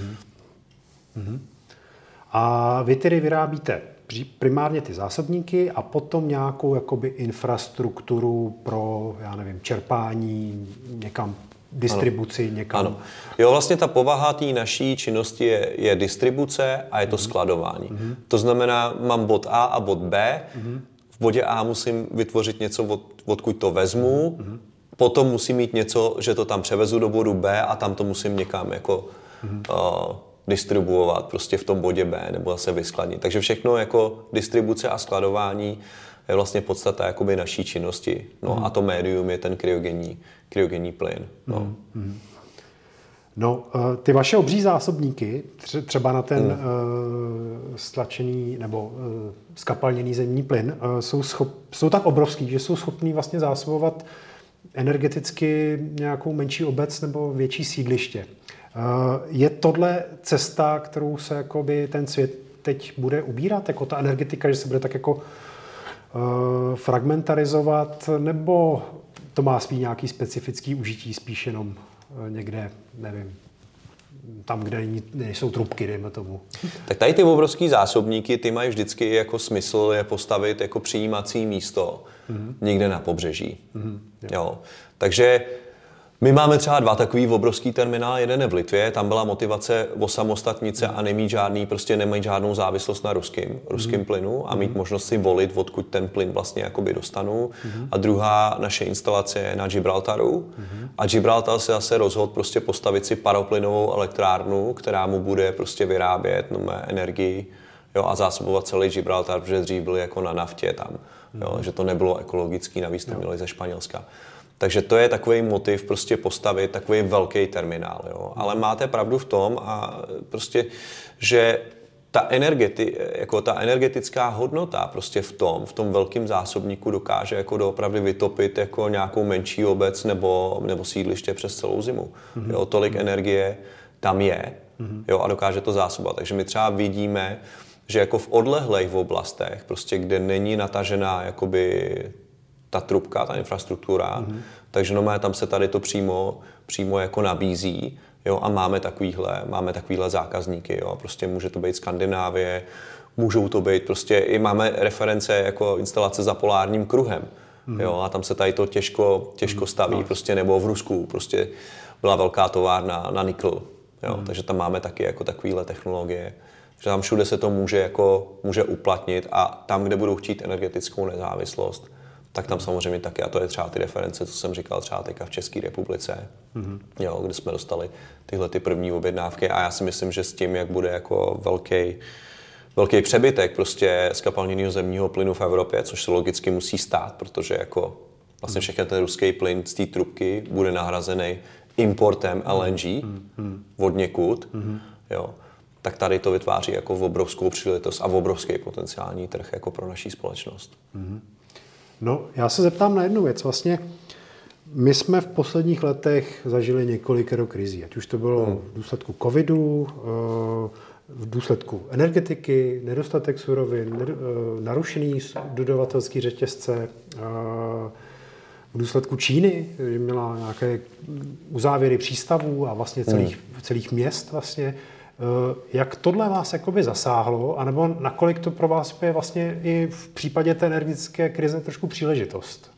A vy tedy vyrábíte primárně ty zásobníky a potom nějakou jakoby infrastrukturu pro, já nevím, čerpání někam, distribuci někam. Ano. Jo, vlastně ta povaha té naší činnosti je distribuce a je to skladování. To znamená, mám bod A a bod B. V bodě A musím vytvořit něco, odkud to vezmu. Potom musím mít něco, že to tam převezu do bodu B a tam to musím někam jako distribuovat prostě v tom bodě B nebo zase vyskladnit. Takže všechno jako distribuce a skladování je vlastně podstata jakoby naší činnosti. No a to médium je ten kryogenní plyn. No. No, ty vaše obří zásobníky, třeba na ten stlačený nebo skapalněný zemní plyn, jsou tak obrovský, že jsou schopný vlastně zásobovat energeticky nějakou menší obec nebo větší sídliště. Je tohle cesta, kterou se jakoby ten svět teď bude ubírat, jako ta energetika, že se bude tak jako fragmentarizovat, nebo to má spíš nějaký specifický užití, spíš jenom někde, nevím, tam, kde nejsou trubky, dejme tomu. Tak tady ty obrovský zásobníky, ty mají vždycky jako smysl je postavit jako přijímací místo někde na pobřeží. Jo. Takže my máme třeba 2 takový obrovský terminál, jeden je v Litvě, tam byla motivace osamostatnit se a nemají žádnou závislost na ruským plynu a mít možnost si volit, odkud ten plyn vlastně jakoby dostanu. A druhá naše instalace je na Gibraltaru a Gibraltar se zase rozhodl prostě postavit si paroplynovou elektrárnu, která mu bude prostě vyrábět energii, jo, a zásobovat celý Gibraltar, protože dřív byli jako na naftě tam, jo, že to nebylo ekologický, navíc to měli ze Španělska. Takže to je takový motiv prostě postavit takový velký terminál. Jo. Ale máte pravdu v tom, a prostě, že ta energetická hodnota prostě v tom velkém zásobníku dokáže jako doopravdy vytopit jako nějakou menší obec nebo sídliště přes celou zimu. Jo, tolik energie tam je, jo, a dokáže to zásobovat. Takže my třeba vidíme, že jako v odlehlých oblastech, prostě, kde není natažená jakoby ta trubka, ta infrastruktura, takže tam se tady to přímo jako nabízí, jo, a máme takovýhle zákazníky, jo, prostě může to být Skandinávie, můžou to být prostě, i máme reference jako instalace za polárním kruhem, jo, a tam se tady to těžko staví, prostě, nebo v Rusku, prostě byla velká továrna na nikl, jo, takže tam máme taky jako takovýhle technologie, že tam všude se to může uplatnit a tam, kde budou chtít energetickou nezávislost, tak tam samozřejmě taky, a to je třeba ty reference, co jsem říkal třeba teďka v České republice, jo, kde jsme dostali tyhle ty první objednávky a já si myslím, že s tím, jak bude jako velký přebytek prostě skapalněného zemního plynu v Evropě, což se logicky musí stát, protože jako vlastně všechny ten ruský plyn z té trubky bude nahrazený importem LNG od někud, jo, tak tady to vytváří jako obrovskou příležitost a obrovský potenciální trh jako pro naší společnost. No, já se zeptám na jednu věc. Vlastně my jsme v posledních letech zažili několikero krizí. Ať už to bylo v důsledku covidu, v důsledku energetiky, nedostatek surovin, narušený dodavatelský řetězce, v důsledku Číny, že měla nějaké uzávěry přístavů a vlastně celých měst vlastně. Jak tohle vás jakoby zasáhlo, anebo nakolik to pro vás je vlastně i v případě té energetické krize trošku příležitost?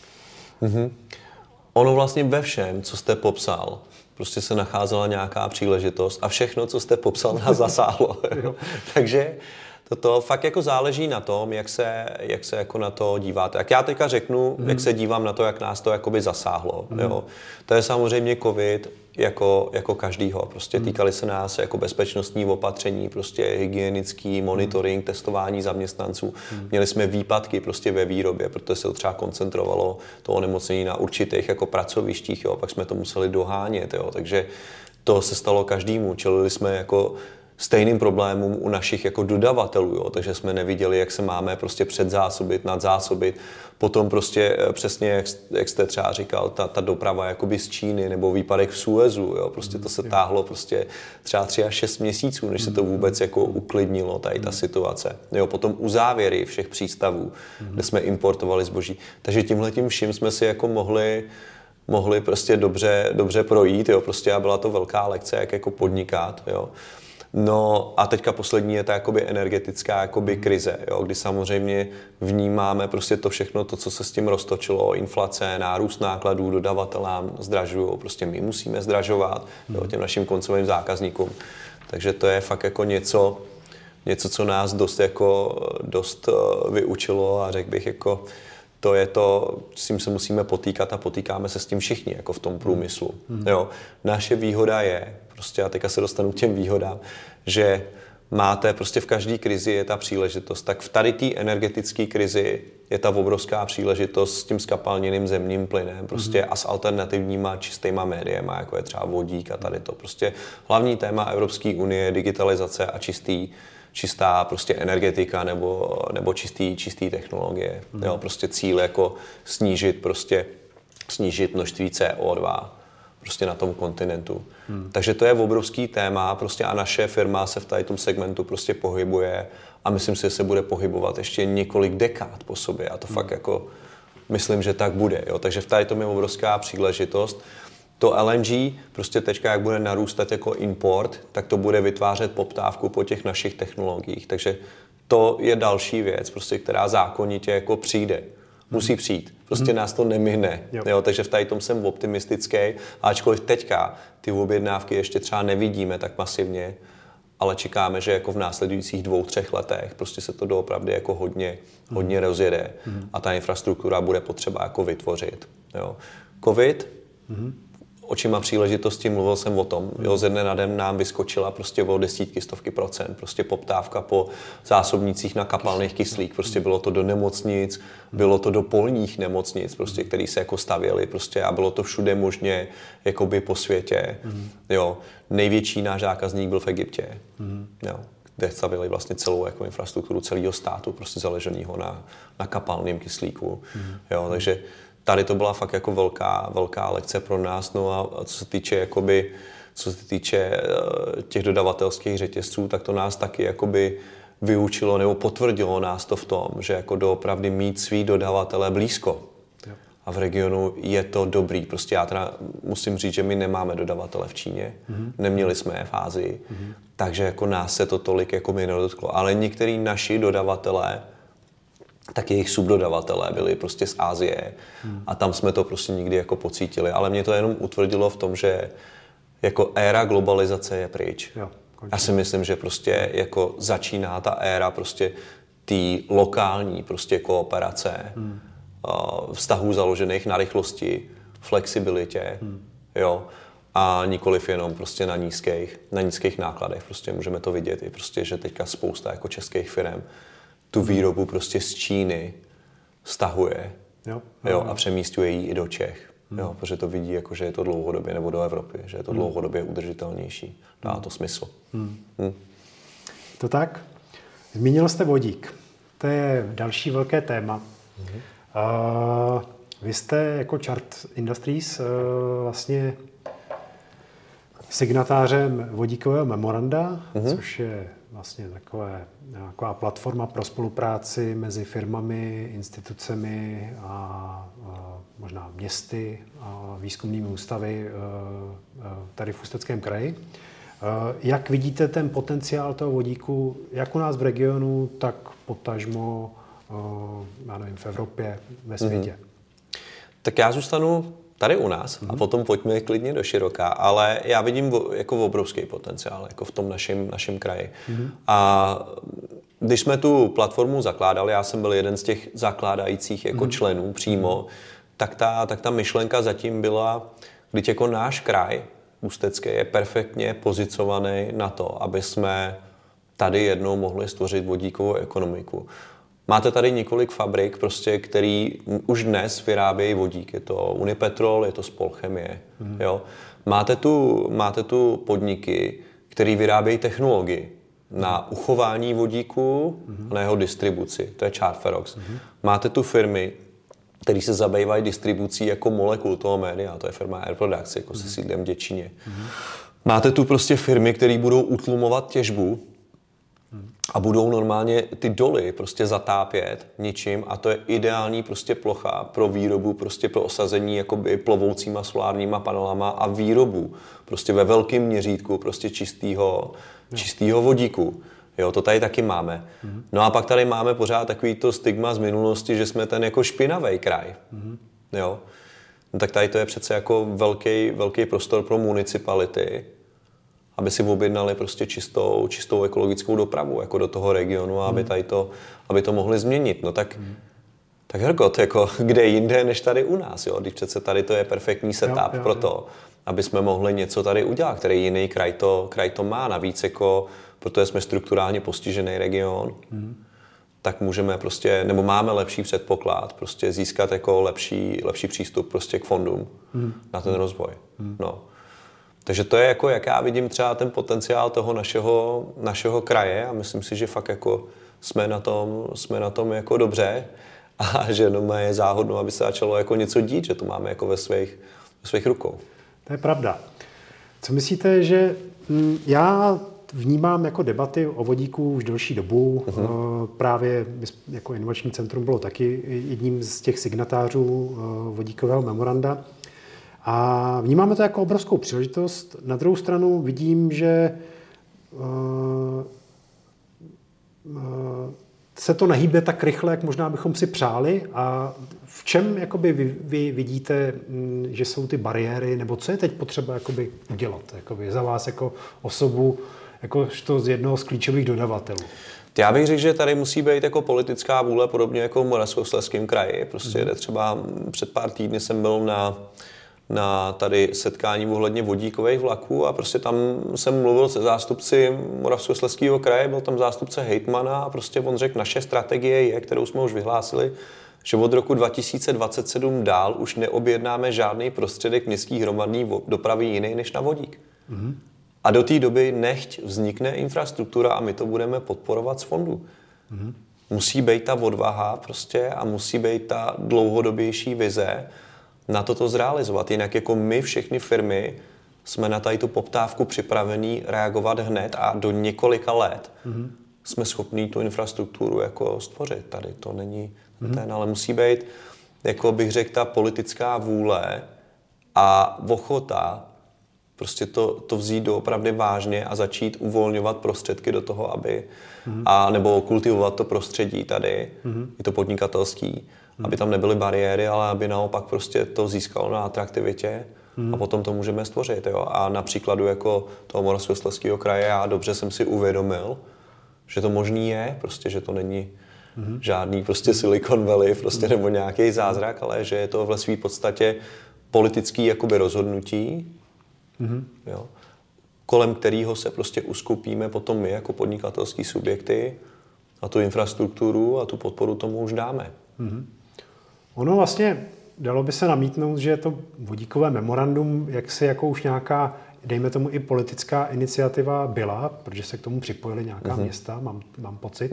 Ono vlastně ve všem, co jste popsal, prostě se nacházela nějaká příležitost a všechno, co jste popsal, nás zasáhlo. Toto fakt jako záleží na tom, jak se jako na to díváte. Jak já teďka řeknu, jak se dívám na to, jak nás to jakoby zasáhlo. Jo. To je samozřejmě covid jako každýho. Prostě týkali se nás jako bezpečnostní opatření, prostě hygienický monitoring, testování zaměstnanců. Měli jsme výpadky prostě ve výrobě, protože se to třeba koncentrovalo to onemocnění na určitých jako pracovištích, jo. Pak jsme to museli dohánět, jo. Takže to se stalo každému. Čelili jsme jako stejným problémům u našich jako dodavatelů, jo? Takže jsme neviděli, jak se máme prostě předzásobit, nadzásobit. Potom prostě přesně, jak jste třeba říkal, ta doprava jakoby z Číny nebo výpadek v Suezu, jo? Prostě to se táhlo prostě třeba 3 až 6 měsíců, než se to vůbec jako uklidnilo, tady ta situace. Jo? Potom uzávěry všech přístavů, kde jsme importovali zboží. Takže tímhletím vším jsme si jako mohli prostě dobře projít, jo? Prostě a byla to velká lekce, jak jako podnikat, jo? No a teďka poslední je ta jakoby energetická jakoby krize, jo, kdy samozřejmě vnímáme prostě to všechno, to, co se s tím roztočilo, inflace, nárůst nákladů, dodavatelám zdražují, prostě my musíme zdražovat, jo, těm našim koncovým zákazníkům. Takže to je fakt jako něco, co nás dost vyučilo a řekl bych jako to je to, s tím se musíme potýkat a potýkáme se s tím všichni, jako v tom průmyslu. Jo. Naše výhoda je, prostě a teďka se dostanu k těm výhodám, že máte prostě v každé krizi je ta příležitost. Tak v tady té energetické krizi je ta obrovská příležitost s tím skapalněným zemním plynem prostě a s alternativníma čistýma médiema, jako je třeba vodík a tady to. Prostě hlavní téma Evropské unie je digitalizace a čistá prostě energetika nebo čistý technologie. Jo, prostě cíl jako snížit množství CO2 prostě na tom kontinentu. Takže to je obrovský téma prostě a naše firma se v tady tom segmentu prostě pohybuje a myslím si, že se bude pohybovat ještě několik dekád po sobě a to fakt jako myslím, že tak bude. Jo. Takže v tady tom je obrovská příležitost. To LNG prostě teďka, jak bude narůstat jako import, tak to bude vytvářet poptávku po těch našich technologiích. Takže to je další věc, prostě, která zákonitě jako přijde. Musí přijít. Prostě nás to nemihne. Jo, takže v tady tom jsem optimistický. Ačkoliv teďka ty objednávky ještě třeba nevidíme tak masivně, ale čekáme, že jako v následujících 2-3 letech prostě se to doopravdy jako hodně rozjede a ta infrastruktura bude potřeba jako vytvořit. Jo. Covid, očima příležitosti, mluvil jsem o tom, jo, ze dne na den nám vyskočila prostě o desítky, stovky procent, prostě poptávka po zásobnících na kapalných kyslík, prostě bylo to do nemocnic, bylo to do polních nemocnic, prostě, které se jako stavěly prostě a bylo to všude možně jakoby po světě, jo. Největší náš zákazník byl v Egyptě, jo, kde stavili vlastně celou jako infrastrukturu celého státu, prostě založeného na kapalném kyslíku, jo, takže tady to byla fakt jako velká lekce pro nás. No a co se týče těch dodavatelských řetězců, tak to nás taky jakoby vyučilo nebo potvrdilo nás to v tom, že jako doopravdy mít svý dodavatele blízko. A v regionu je to dobrý. Prostě já teda musím říct, že my nemáme dodavatele v Číně, neměli jsme je v Asii, takže jako nás se to tolik jako mi nedotklo. Ale některý naši dodavatelé, tak jejich subdodavatelé byli prostě z Asie a tam jsme to prostě nikdy jako pocítili. Ale mě to jenom utvrdilo v tom, že jako éra globalizace je pryč. Jo, já si myslím, že prostě jako začíná ta éra prostě té lokální prostě kooperace, vztahů založených na rychlosti, flexibilitě, jo, a nikoliv jenom prostě na nízkých nákladech. Prostě můžeme to vidět i prostě, že teďka spousta jako českých firm tu výrobu prostě z Číny stahuje a přemísťuje ji i do Čech. Jo, protože to vidí, jako, že je to dlouhodobě, nebo do Evropy, že je to dlouhodobě udržitelnější. Dá to smysl. To tak? Zmínil jste vodík. To je další velké téma. Vy jste jako Chart Industries vlastně signatářem vodíkového memoranda, což je vlastně taková platforma pro spolupráci mezi firmami, institucemi a možná městy a výzkumnými ústavy tady v Ústeckém kraji. Jak vidíte ten potenciál toho vodíku, jak u nás v regionu, tak potažmo já nevím, v Evropě, ve světě? Tak já zůstanu tady u nás a potom pojďme klidně do široká, ale já vidím jako obrovský potenciál jako v tom našem kraji. A když jsme tu platformu zakládali, já jsem byl jeden z těch zakládajících jako členů přímo, tak ta myšlenka zatím byla, když jako náš kraj Ústecký je perfektně pozicovaný na to, aby jsme tady jednou mohli stvořit vodíkovou ekonomiku. Máte tady několik fabrik, prostě, který už dnes vyrábějí vodík. Je to Unipetrol, je to Spolchemie. Jo? Máte tu podniky, které vyrábějí technologii na uchování vodíku a na jeho distribuci. To je Chartferox. Máte tu firmy, které se zabývají distribucí jako molekul toho média. To je firma Air Products, jako se sídlem v Děčíně. Máte tu prostě firmy, které budou utlumovat těžbu a budou normálně ty doly prostě zatápět ničím a to je ideální prostě plocha pro výrobu, prostě pro osazení jakoby plovoucíma solárníma panelama a výrobu prostě ve velkém měřítku prostě čistýho vodíku. Jo, to tady taky máme. No a pak tady máme pořád takový to stigma z minulosti, že jsme ten jako špinavý kraj. Jo. No tak tady to je přece jako velký prostor pro municipality, aby si objednali prostě čistou ekologickou dopravu jako do toho regionu a aby to mohli změnit. No tak Hergot, jako kde jinde než tady u nás, jo? Když přece tady to je perfektní setup pro to, aby jsme mohli něco tady udělat, který jiný kraj to má. Navíc jako, protože jsme strukturálně postižený region, tak můžeme prostě, nebo máme lepší předpoklad prostě získat jako lepší přístup prostě k fondům na ten rozvoj. No. Takže to je jako, jak já vidím třeba ten potenciál toho našeho kraje a myslím si, že fakt jako jsme na tom jako dobře a že doma je záhodno, aby se začalo jako něco dít, že to máme jako ve svých rukou. To je pravda. Co myslíte, že já vnímám jako debaty o vodíku už delší dobu. Právě jako Inovační centrum bylo taky jedním z těch signatářů vodíkového memoranda. A vnímáme to jako obrovskou příležitost. Na druhou stranu vidím, že se to nehýbe tak rychle, jak možná bychom si přáli. A v čem jakoby vy vidíte, že jsou ty bariéry, nebo co je teď potřeba jakoby udělat jakoby za vás jako osobu, jakožto z jednoho z klíčových dodavatelů? Já bych řekl, že tady musí být jako politická vůle, podobně jako v Moravskoslezském kraji. Prostě třeba před pár týdny jsem byl na tady setkání ohledně vodíkových vlaků a prostě tam jsem mluvil se zástupci Moravskoslezského kraje, byl tam zástupce hejtmana a prostě on řekl, naše strategie je, kterou jsme už vyhlásili, že od roku 2027 dál už neobjednáme žádný prostředek městský hromadný dopravy jiný než na vodík. A do té doby nechť vznikne infrastruktura a my to budeme podporovat z fondu. Musí být ta odvaha prostě a musí být ta dlouhodobější vize na to zrealizovat. Jinak jako my všechny firmy jsme na tady tu poptávku připravení reagovat hned a do několika let jsme schopní tu infrastrukturu jako stvořit. Tady to není ale musí být, jako bych řekl, ta politická vůle a ochota prostě to vzít doopravdy vážně a začít uvolňovat prostředky do toho, aby nebo kultivovat to prostředí tady, i to podnikatelský, aby tam nebyly bariéry, ale aby naopak prostě to získalo na atraktivitě a potom to můžeme stvořit. Jo? A na příkladu jako toho Moravskoslezského kraje já dobře jsem si uvědomil, že to možný je, prostě, že to není žádný prostě Silicon Valley prostě, nebo nějaký zázrak, ale že je to ve své podstatě politický jakoby rozhodnutí, jo? Kolem kterého se prostě uskupíme potom my jako podnikatelský subjekty a tu infrastrukturu a tu podporu tomu už dáme. Ono vlastně dalo by se namítnout, že to vodíkové memorandum, jak se jako už nějaká, dejme tomu i politická iniciativa byla, protože se k tomu připojily nějaká města, mám pocit.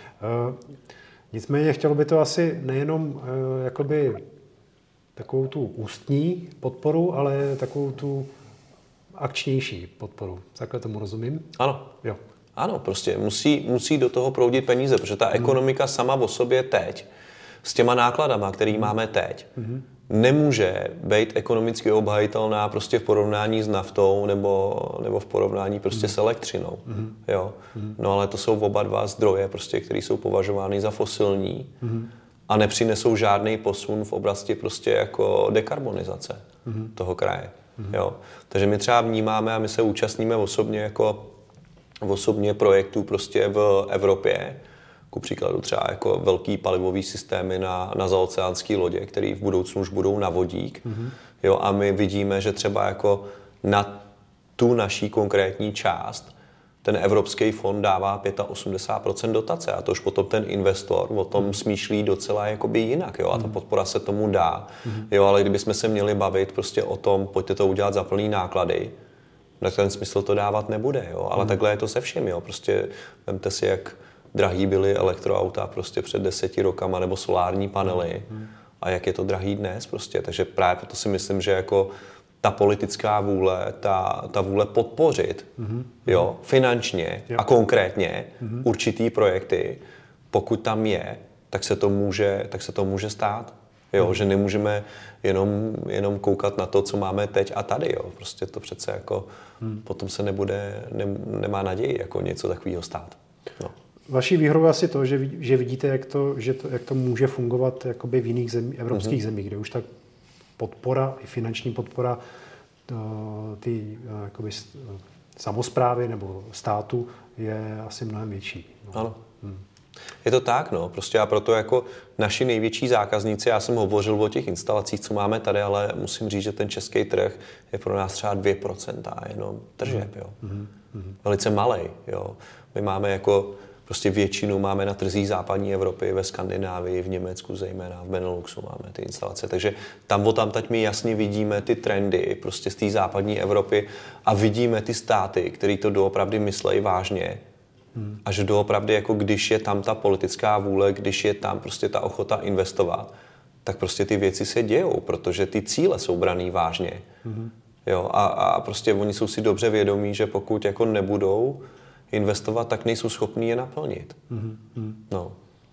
Nicméně chtělo by to asi nejenom jakoby takovou tu ústní podporu, ale takovou tu akčnější podporu. Takhle tomu rozumím? Ano. Jo. Ano, prostě musí do toho proudit peníze, protože ta ekonomika sama o sobě teď s těma nákladama, který máme teď, nemůže být ekonomicky obhajitelná prostě v porovnání s naftou nebo v porovnání prostě s elektřinou. Jo? No ale to jsou oba dva zdroje, prostě, které jsou považovány za fosilní a nepřinesou žádný posun v oblasti prostě jako dekarbonizace toho kraje. Jo? Takže my třeba vnímáme a my se účastníme osobně projektů prostě v Evropě, ku příkladu třeba jako velký palivový systémy na zaoceánské lodě, které v budoucnu už budou na vodík. Jo, a my vidíme, že třeba jako na tu naší konkrétní část ten Evropský fond dává 85% dotace a to už potom ten investor o tom smýšlí docela jakoby jinak, jo, a ta podpora se tomu dá. Jo, ale kdybychom se měli bavit prostě o tom, pojďte to udělat za plný náklady, tak ten smysl to dávat nebude, jo, ale takhle je to se vším, jo, prostě vemte si, jak drahý byly elektroauta prostě před 10 rokama nebo solární panely a jak je to drahý dnes prostě, takže právě proto si myslím, že jako ta politická vůle, ta vůle podpořit jo, finančně a konkrétně určitý projekty, pokud tam je, tak se to může stát. Jo, že nemůžeme jenom koukat na to, co máme teď a tady. Jo. Prostě to přece jako potom se nemá naději jako něco takového stát. No. Vaší výhodou je asi to, že vidíte, jak to může fungovat jakoby v jiných evropských zemích, kde už tak podpora, i finanční podpora ty jakoby samosprávy nebo státu je asi mnohem větší. No. Ano. Je to tak, no, prostě a proto jako naši největší zákazníci, já jsem hovořil o těch instalacích, co máme tady, ale musím říct, že ten český trh je pro nás třeba 2% jenom tržeb, jo. Velice malej, jo. My máme jako prostě většinu máme na trzích západní Evropy, ve Skandinávii, v Německu zejména, v Beneluxu máme ty instalace. Takže tamtať my jasně vidíme ty trendy prostě z té západní Evropy a vidíme ty státy, které to doopravdy myslejí vážně. A že doopravdy, jako když je tam ta politická vůle, když je tam prostě ta ochota investovat, tak prostě ty věci se dějou, protože ty cíle jsou braný vážně. Jo, a prostě oni jsou si dobře vědomí, že pokud jako nebudou investovat, tak nejsou schopní je naplnit. No.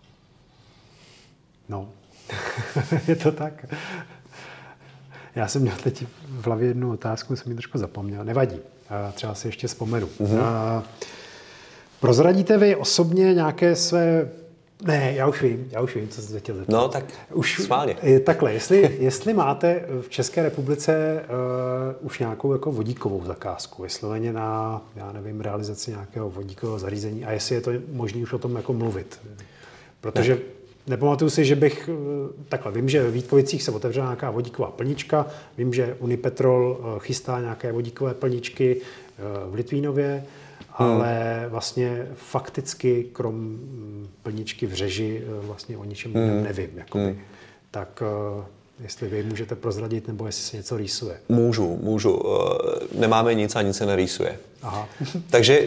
No, je to tak. Já jsem měl teď v hlavě jednu otázku, jsem ji trošku zapomněl. Nevadí, třeba si ještě vzpomenu. Prozradíte vy osobně nějaké své... Ne, já už vím, co jsem chtěl zeptat. No, tak schválně. Takhle, jestli máte v České republice už nějakou jako vodíkovou zakázku, vysloveně na, já nevím, realizaci nějakého vodíkového zařízení a jestli je to možné už o tom jako mluvit. Protože nepamatuju si, že bych... Takhle, vím, že v Vítkovicích se otevřela nějaká vodíková plnička, vím, že Unipetrol chystá nějaké vodíkové plničky v Litvínově, ale vlastně fakticky krom plničky v Řeži vlastně o ničem nevím. Jakoby. Tak jestli vy můžete prozradit, nebo jestli se něco rýsuje. Můžu. Nemáme nic a nic se nerýsuje. Aha. Takže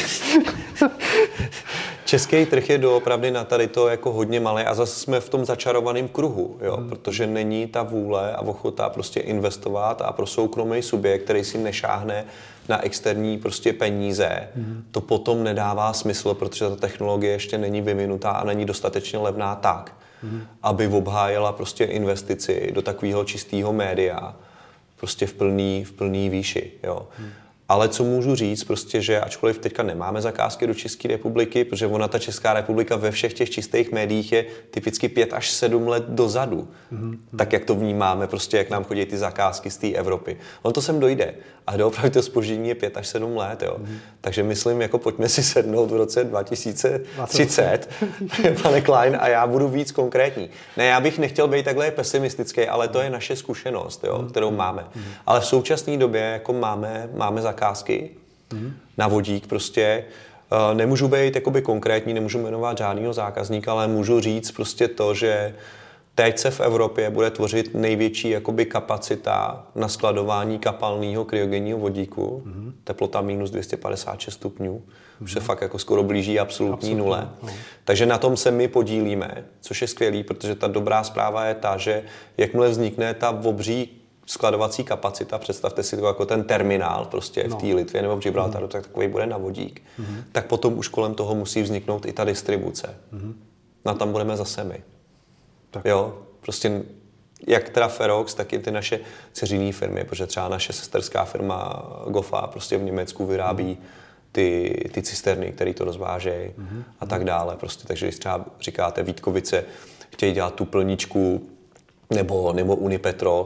český trh je doopravdy na tady to jako hodně malý a zase jsme v tom začarovaném kruhu, jo? Protože není ta vůle a ochota prostě investovat a pro soukromý subjekt, který si nešáhne na externí prostě peníze, to potom nedává smysl, protože ta technologie ještě není vyvinutá a není dostatečně levná tak, aby obhájela prostě investici do takového čistého média prostě v plný výši, jo. Ale co můžu říct, prostě, že ačkoliv teďka nemáme zakázky do České republiky, protože ona ta Česká republika ve všech těch čistých médiích je typicky 5 až 7 let dozadu. Tak jak to vnímáme, prostě jak nám chodí ty zakázky z té Evropy. On to sem dojde. A doopravdy to zpoždění je 5 až 7 let. Jo. Takže myslím, jako pojďme si sednout v roce 2030, pane Klein, a já budu víc konkrétní. Ne, já bych nechtěl být takhle pesimistický, ale to je naše zkušenost, jo, kterou máme. Ale v současné době jako máme zakázky na vodík prostě. Nemůžu být jakoby konkrétní, nemůžu jmenovat žádného zákazníka, ale můžu říct prostě to, že teď se v Evropě bude tvořit největší jakoby kapacita na skladování kapalného kryogenního vodíku. Teplota minus 256 stupňů. Už se fakt jako skoro blíží absolutní nule. Takže na tom se my podílíme, což je skvělý, protože ta dobrá zpráva je ta, že jakmile vznikne ta obří skladovací kapacita, představte si to jako ten terminál prostě v té Litvě nebo v Gibraltaru, tak takový bude na vodík, tak potom už kolem toho musí vzniknout i ta distribuce. No a tam budeme zase my. Tak. Jo, prostě jak teda Ferox, tak i ty naše dceřinné firmy, protože třeba naše sesterská firma Gofa prostě v Německu vyrábí ty cisterny, které to rozvážejí a tak dále. Prostě, takže když třeba říkáte Vítkovice, chtějí dělat tu plničku nebo Unipetrol,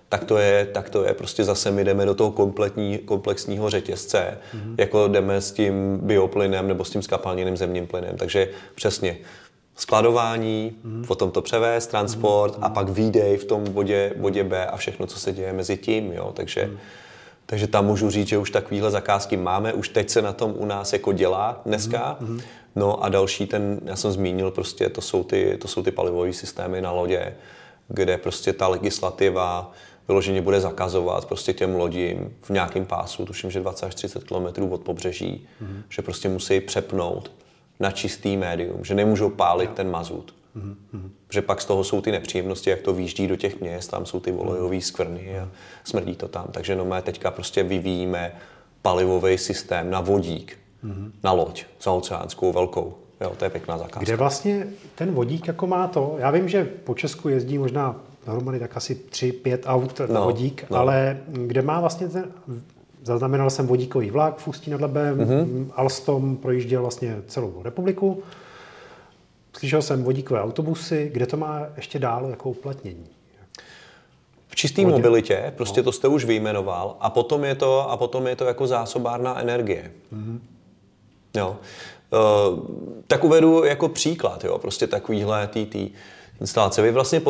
tak to je prostě zase my jdeme do toho komplexního řetězce, jako jdeme s tím bioplynem nebo s tím skapalněným zemním plynem. Takže přesně skladování, potom to převést, transport a pak výdej v tom bodě B a všechno, co se děje mezi tím. Jo? Takže tam můžu říct, že už takovýhle zakázky máme, už teď se na tom u nás jako dělá dneska. No a další já jsem zmínil, prostě to jsou ty palivové systémy na lodě, kde prostě ta legislativa vyloženě bude zakazovat prostě těm lodím v nějakém pásu, tuším, že 20 až 30 km od pobřeží, že prostě musí přepnout na čistý médium, že nemůžou pálit ten mazut. Že pak z toho jsou ty nepříjemnosti, jak to výjíždí do těch měst, tam jsou ty olejové skvrny a smrdí to tam. Takže my teďka prostě vyvíjíme palivový systém na vodík, na loď zaoceánskou velkou. Jo, to je pěkná zakázka. Kde vlastně ten vodík jako má to? Já vím, že po Česku jezdí možná dohromady tak asi 3-5 aut na vodík, ale kde má vlastně zaznamenal jsem vodíkový vlak v Ústí nad Labem, Alstom projížděl vlastně celou republiku. Slyšel jsem vodíkové autobusy, kde to má ještě dál jako uplatnění? V čisté mobilitě, prostě to jste už vyjmenoval, a potom je to jako zásobárna energie. Jo. Tak uvedu jako příklad, jo, prostě takovýhle instalace. Vy vlastně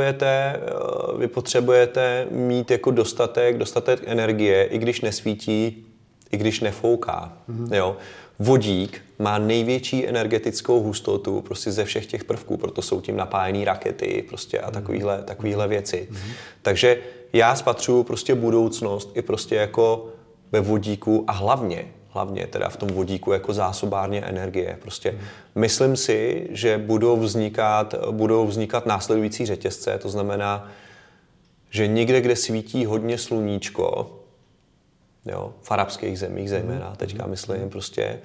potřebujete mít jako dostatek energie, i když nesvítí, i když nefouká. Jo. Vodík má největší energetickou hustotu prostě ze všech těch prvků, proto jsou tím napájený rakety prostě a takovýhle věci. Takže já spatřuju prostě budoucnost i prostě jako ve vodíku a hlavně teda v tom vodíku jako zásobárně energie. Prostě myslím si, že budou vznikat následující řetězce, to znamená, že někde, kde svítí hodně sluníčko, jo, v arabských zemích zejména, teďka myslím prostě,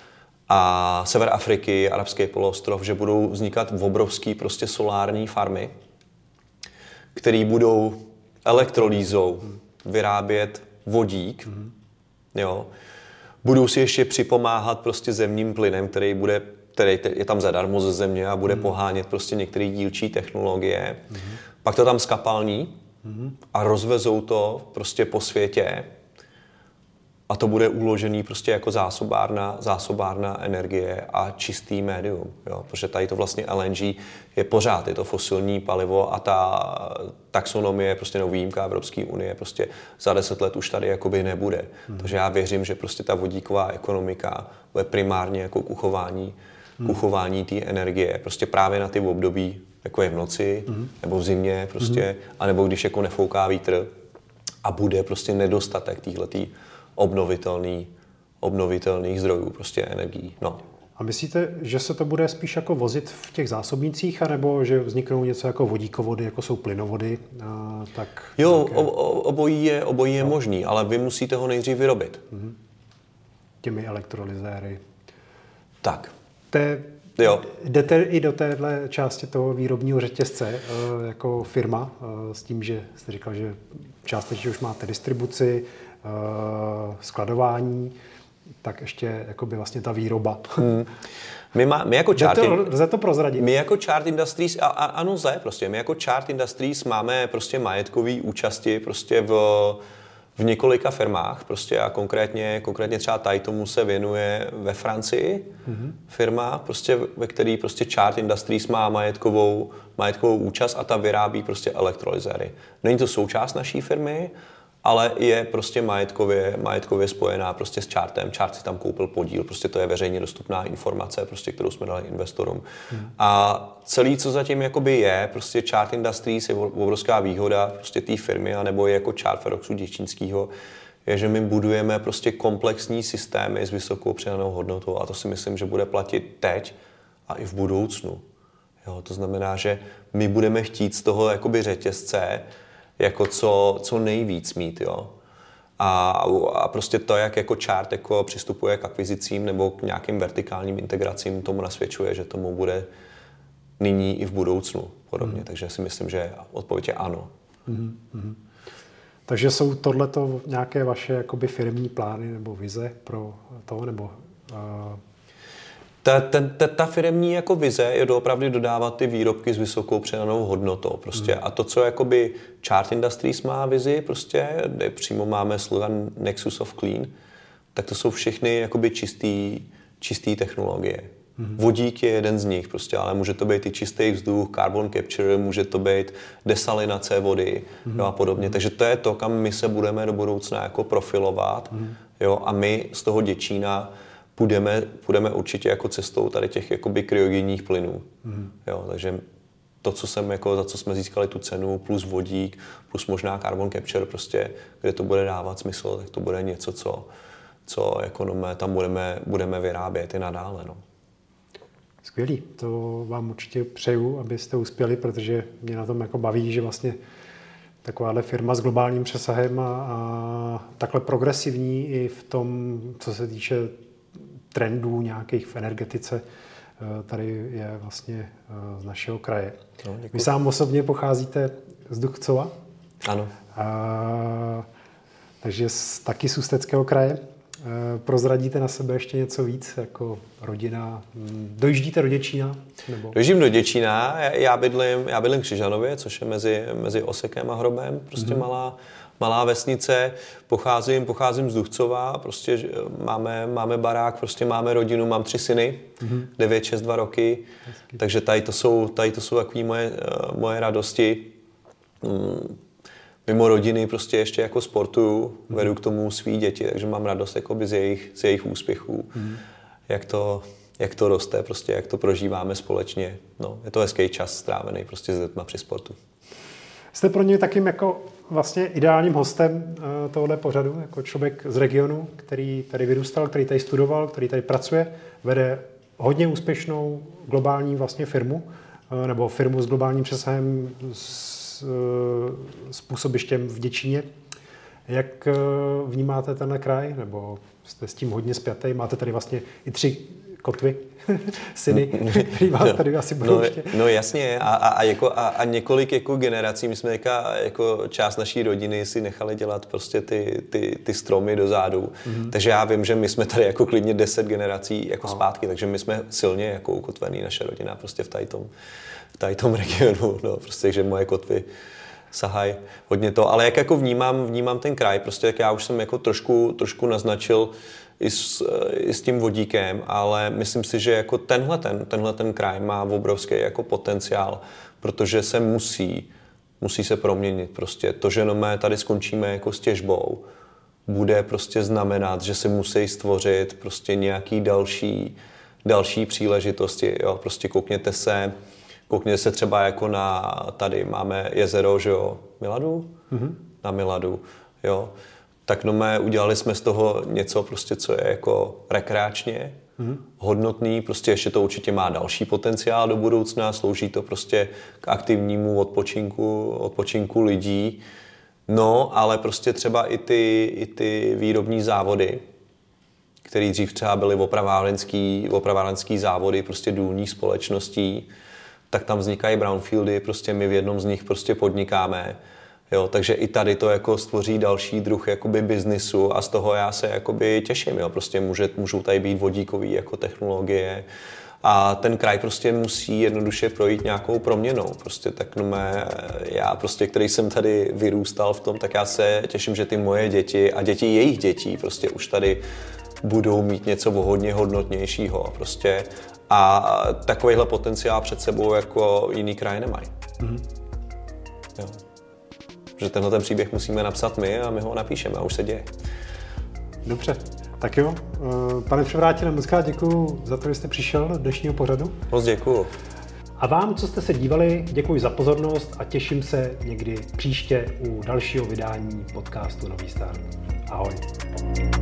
a sever Afriky, arabský poloostrov, že budou vznikat obrovský prostě solární farmy, které budou elektrolýzou vyrábět vodík, jo. Budou si ještě připomáhat prostě zemním plynem, který je tam zadarmo ze země a bude pohánět prostě některé dílčí technologie. Pak to tam skapalní a rozvezou to prostě po světě a to bude uložený prostě jako zásobárna energie a čistý médium. Jo? Protože tady to vlastně LNG je to fosilní palivo a ta taxonomie, prostě výjimka Evropské unie, prostě za 10 let už tady jakoby nebude. Takže já věřím, že prostě ta vodíková ekonomika bude primárně jako kuchování té energie, prostě právě na ty období, jako je v noci, nebo v zimě prostě, anebo když jako nefouká vítr a bude prostě nedostatek téhletý obnovitelných zdrojů prostě energií. No. A myslíte, že se to bude spíš jako vozit v těch zásobnících, anebo že vzniknou něco jako vodíkovody, jako jsou plynovody? Jo, obojí je možný, ale vy musíte ho nejdřív vyrobit. Těmi elektrolyzéry. Tak. Jdete i do téhle části toho výrobního řetězce jako firma s tím, že jste říkal, že částečně už máte distribuci, skladování, tak ještě jakoby vlastně ta výroba. My jako lze to prozradit? My jako Chart Industries, ano lze prostě, my jako Chart Industries máme prostě majetkový účasti prostě v několika firmách prostě a konkrétně třeba tady tomu se věnuje ve Francii firma, prostě, ve který prostě Chart Industries má majetkovou účast a ta vyrábí prostě elektrolyzéry. Není to součást naší firmy, ale je prostě majetkově spojená prostě s Chartem. Chart si tam koupil podíl, prostě to je veřejně dostupná informace, prostě, kterou jsme dali investorům. A celý, co zatím jakoby je, prostě Chart Industries je obrovská výhoda prostě té firmy, anebo je jako Chart Feroxu Děčínského, je, že my budujeme prostě komplexní systémy s vysokou přidanou hodnotou a to si myslím, že bude platit teď a i v budoucnu. Jo, to znamená, že my budeme chtít z toho jakoby řetězce jako co nejvíc mít, jo. A prostě to, jak jako Chart jako přistupuje k akvizicím nebo k nějakým vertikálním integracím, tomu nasvědčuje, že tomu bude nyní i v budoucnu podobně. Takže si myslím, že odpověď je ano. Takže jsou tohleto nějaké vaše jakoby firmní plány nebo vize pro to, nebo Ta firemní jako vize je doopravdy dodávat ty výrobky s vysokou přidanou hodnotou. Prostě. A to, co jakoby Chart Industries má vizi, prostě, kde přímo máme slogan Nexus of Clean, tak to jsou všechny jakoby čistý technologie. Vodík je jeden z nich, prostě, ale může to být i čistý vzduch, carbon capture, může to být desalinace vody a podobně. Takže to je to, kam my se budeme do budoucna jako profilovat. Jo, a my z toho Děčína půjdeme určitě jako cestou tady těch jakoby kryogenních plynů. Jo, takže to, co za co jsme získali tu cenu, plus vodík, plus možná carbon capture, prostě, kde to bude dávat smysl, tak to bude něco, co jako tam budeme vyrábět i nadále. No. Skvělý, to vám určitě přeju, abyste uspěli, protože mě na tom jako baví, že vlastně takováhle firma s globálním přesahem a takhle progresivní i v tom, co se týče trendů nějakých v energetice, tady je vlastně z našeho kraje. No, vy sám osobně pocházíte z Duchcova? Ano. Takže taky z Ústeckého kraje. Prozradíte na sebe ještě něco víc, jako rodina? Dojíždíte do Děčína? Nebo? Dojíždím do Děčína, já bydlím v Křižanově, což je mezi Osekem a Hrobem, prostě malá vesnice. Pocházím z Duchcova, prostě máme barák, prostě máme rodinu, mám 3 syny, 9, 6, 2 roky, takže tady to jsou takové moje radosti. Mimo rodiny prostě ještě jako sportuju, vedu k tomu svý děti, takže mám radost jakoby z jejich úspěchů, jak to roste, prostě jak to prožíváme společně. No, je to hezký čas strávený prostě s dětma při sportu. Jste pro mě takým jako vlastně ideálním hostem tohoto pořadu, jako člověk z regionu, který tady vyrůstal, který tady studoval, který tady pracuje, vede hodně úspěšnou globální vlastně firmu, nebo firmu s globálním přesahem s působištěm v Děčíně. Jak vnímáte tenhle kraj? Nebo jste s tím hodně spjatý? Máte tady vlastně i 3 kotvy, syny, který vás tady asi budou ještě. No jasně, a několik jako generací, my jsme jako část naší rodiny si nechali dělat prostě ty stromy dozadu. Takže já vím, že my jsme tady jako klidně 10 generací jako zpátky, takže my jsme silně jako ukotvený, naše rodina prostě v tady tom regionu, no, prostě, že moje kotvy sahají hodně to, ale jak jako vnímám ten kraj, prostě jak já už jsem jako trošku naznačil i s tím vodíkem, ale myslím si, že jako tenhle ten kraj má obrovský jako potenciál, protože se musí se proměnit prostě. To, že tady skončíme jako s těžbou, bude prostě znamenat, že se musí stvořit prostě nějaký další příležitosti, jo, prostě koukněte se třeba jako tady máme jezero, že jo, Miladu? Na Miladu, jo. Tak udělali jsme z toho něco prostě, co je jako rekreačně hodnotný, prostě ještě to určitě má další potenciál do budoucna, slouží to prostě k aktivnímu odpočinku lidí. No, ale prostě třeba i ty výrobní závody, které dřív třeba byly opravárenský závody prostě důlních společností, tak tam vznikají brownfieldy, prostě my v jednom z nich prostě podnikáme. Jo, takže i tady to jako stvoří další druh jakoby biznisu a z toho já se jakoby těším. Jo. Prostě můžou tady být vodíkové jako technologie a ten kraj prostě musí jednoduše projít nějakou proměnou. Prostě já prostě, který jsem tady vyrůstal v tom, tak já se těším, že ty moje děti a děti jejich dětí prostě už tady budou mít něco hodně hodnotnějšího. Prostě. A takovýhle potenciál před sebou jako jiný kraje nemají. Jo. Že tenhle ten příběh musíme napsat my a my ho napíšeme a už se děje. Dobře, tak jo. Pane Převrátile, moc krát děkuju za to, že jste přišel do dnešního pořadu. Moc děkuju. A vám, co jste se dívali, děkuji za pozornost a těším se někdy příště u dalšího vydání podcastu Nový start. Ahoj.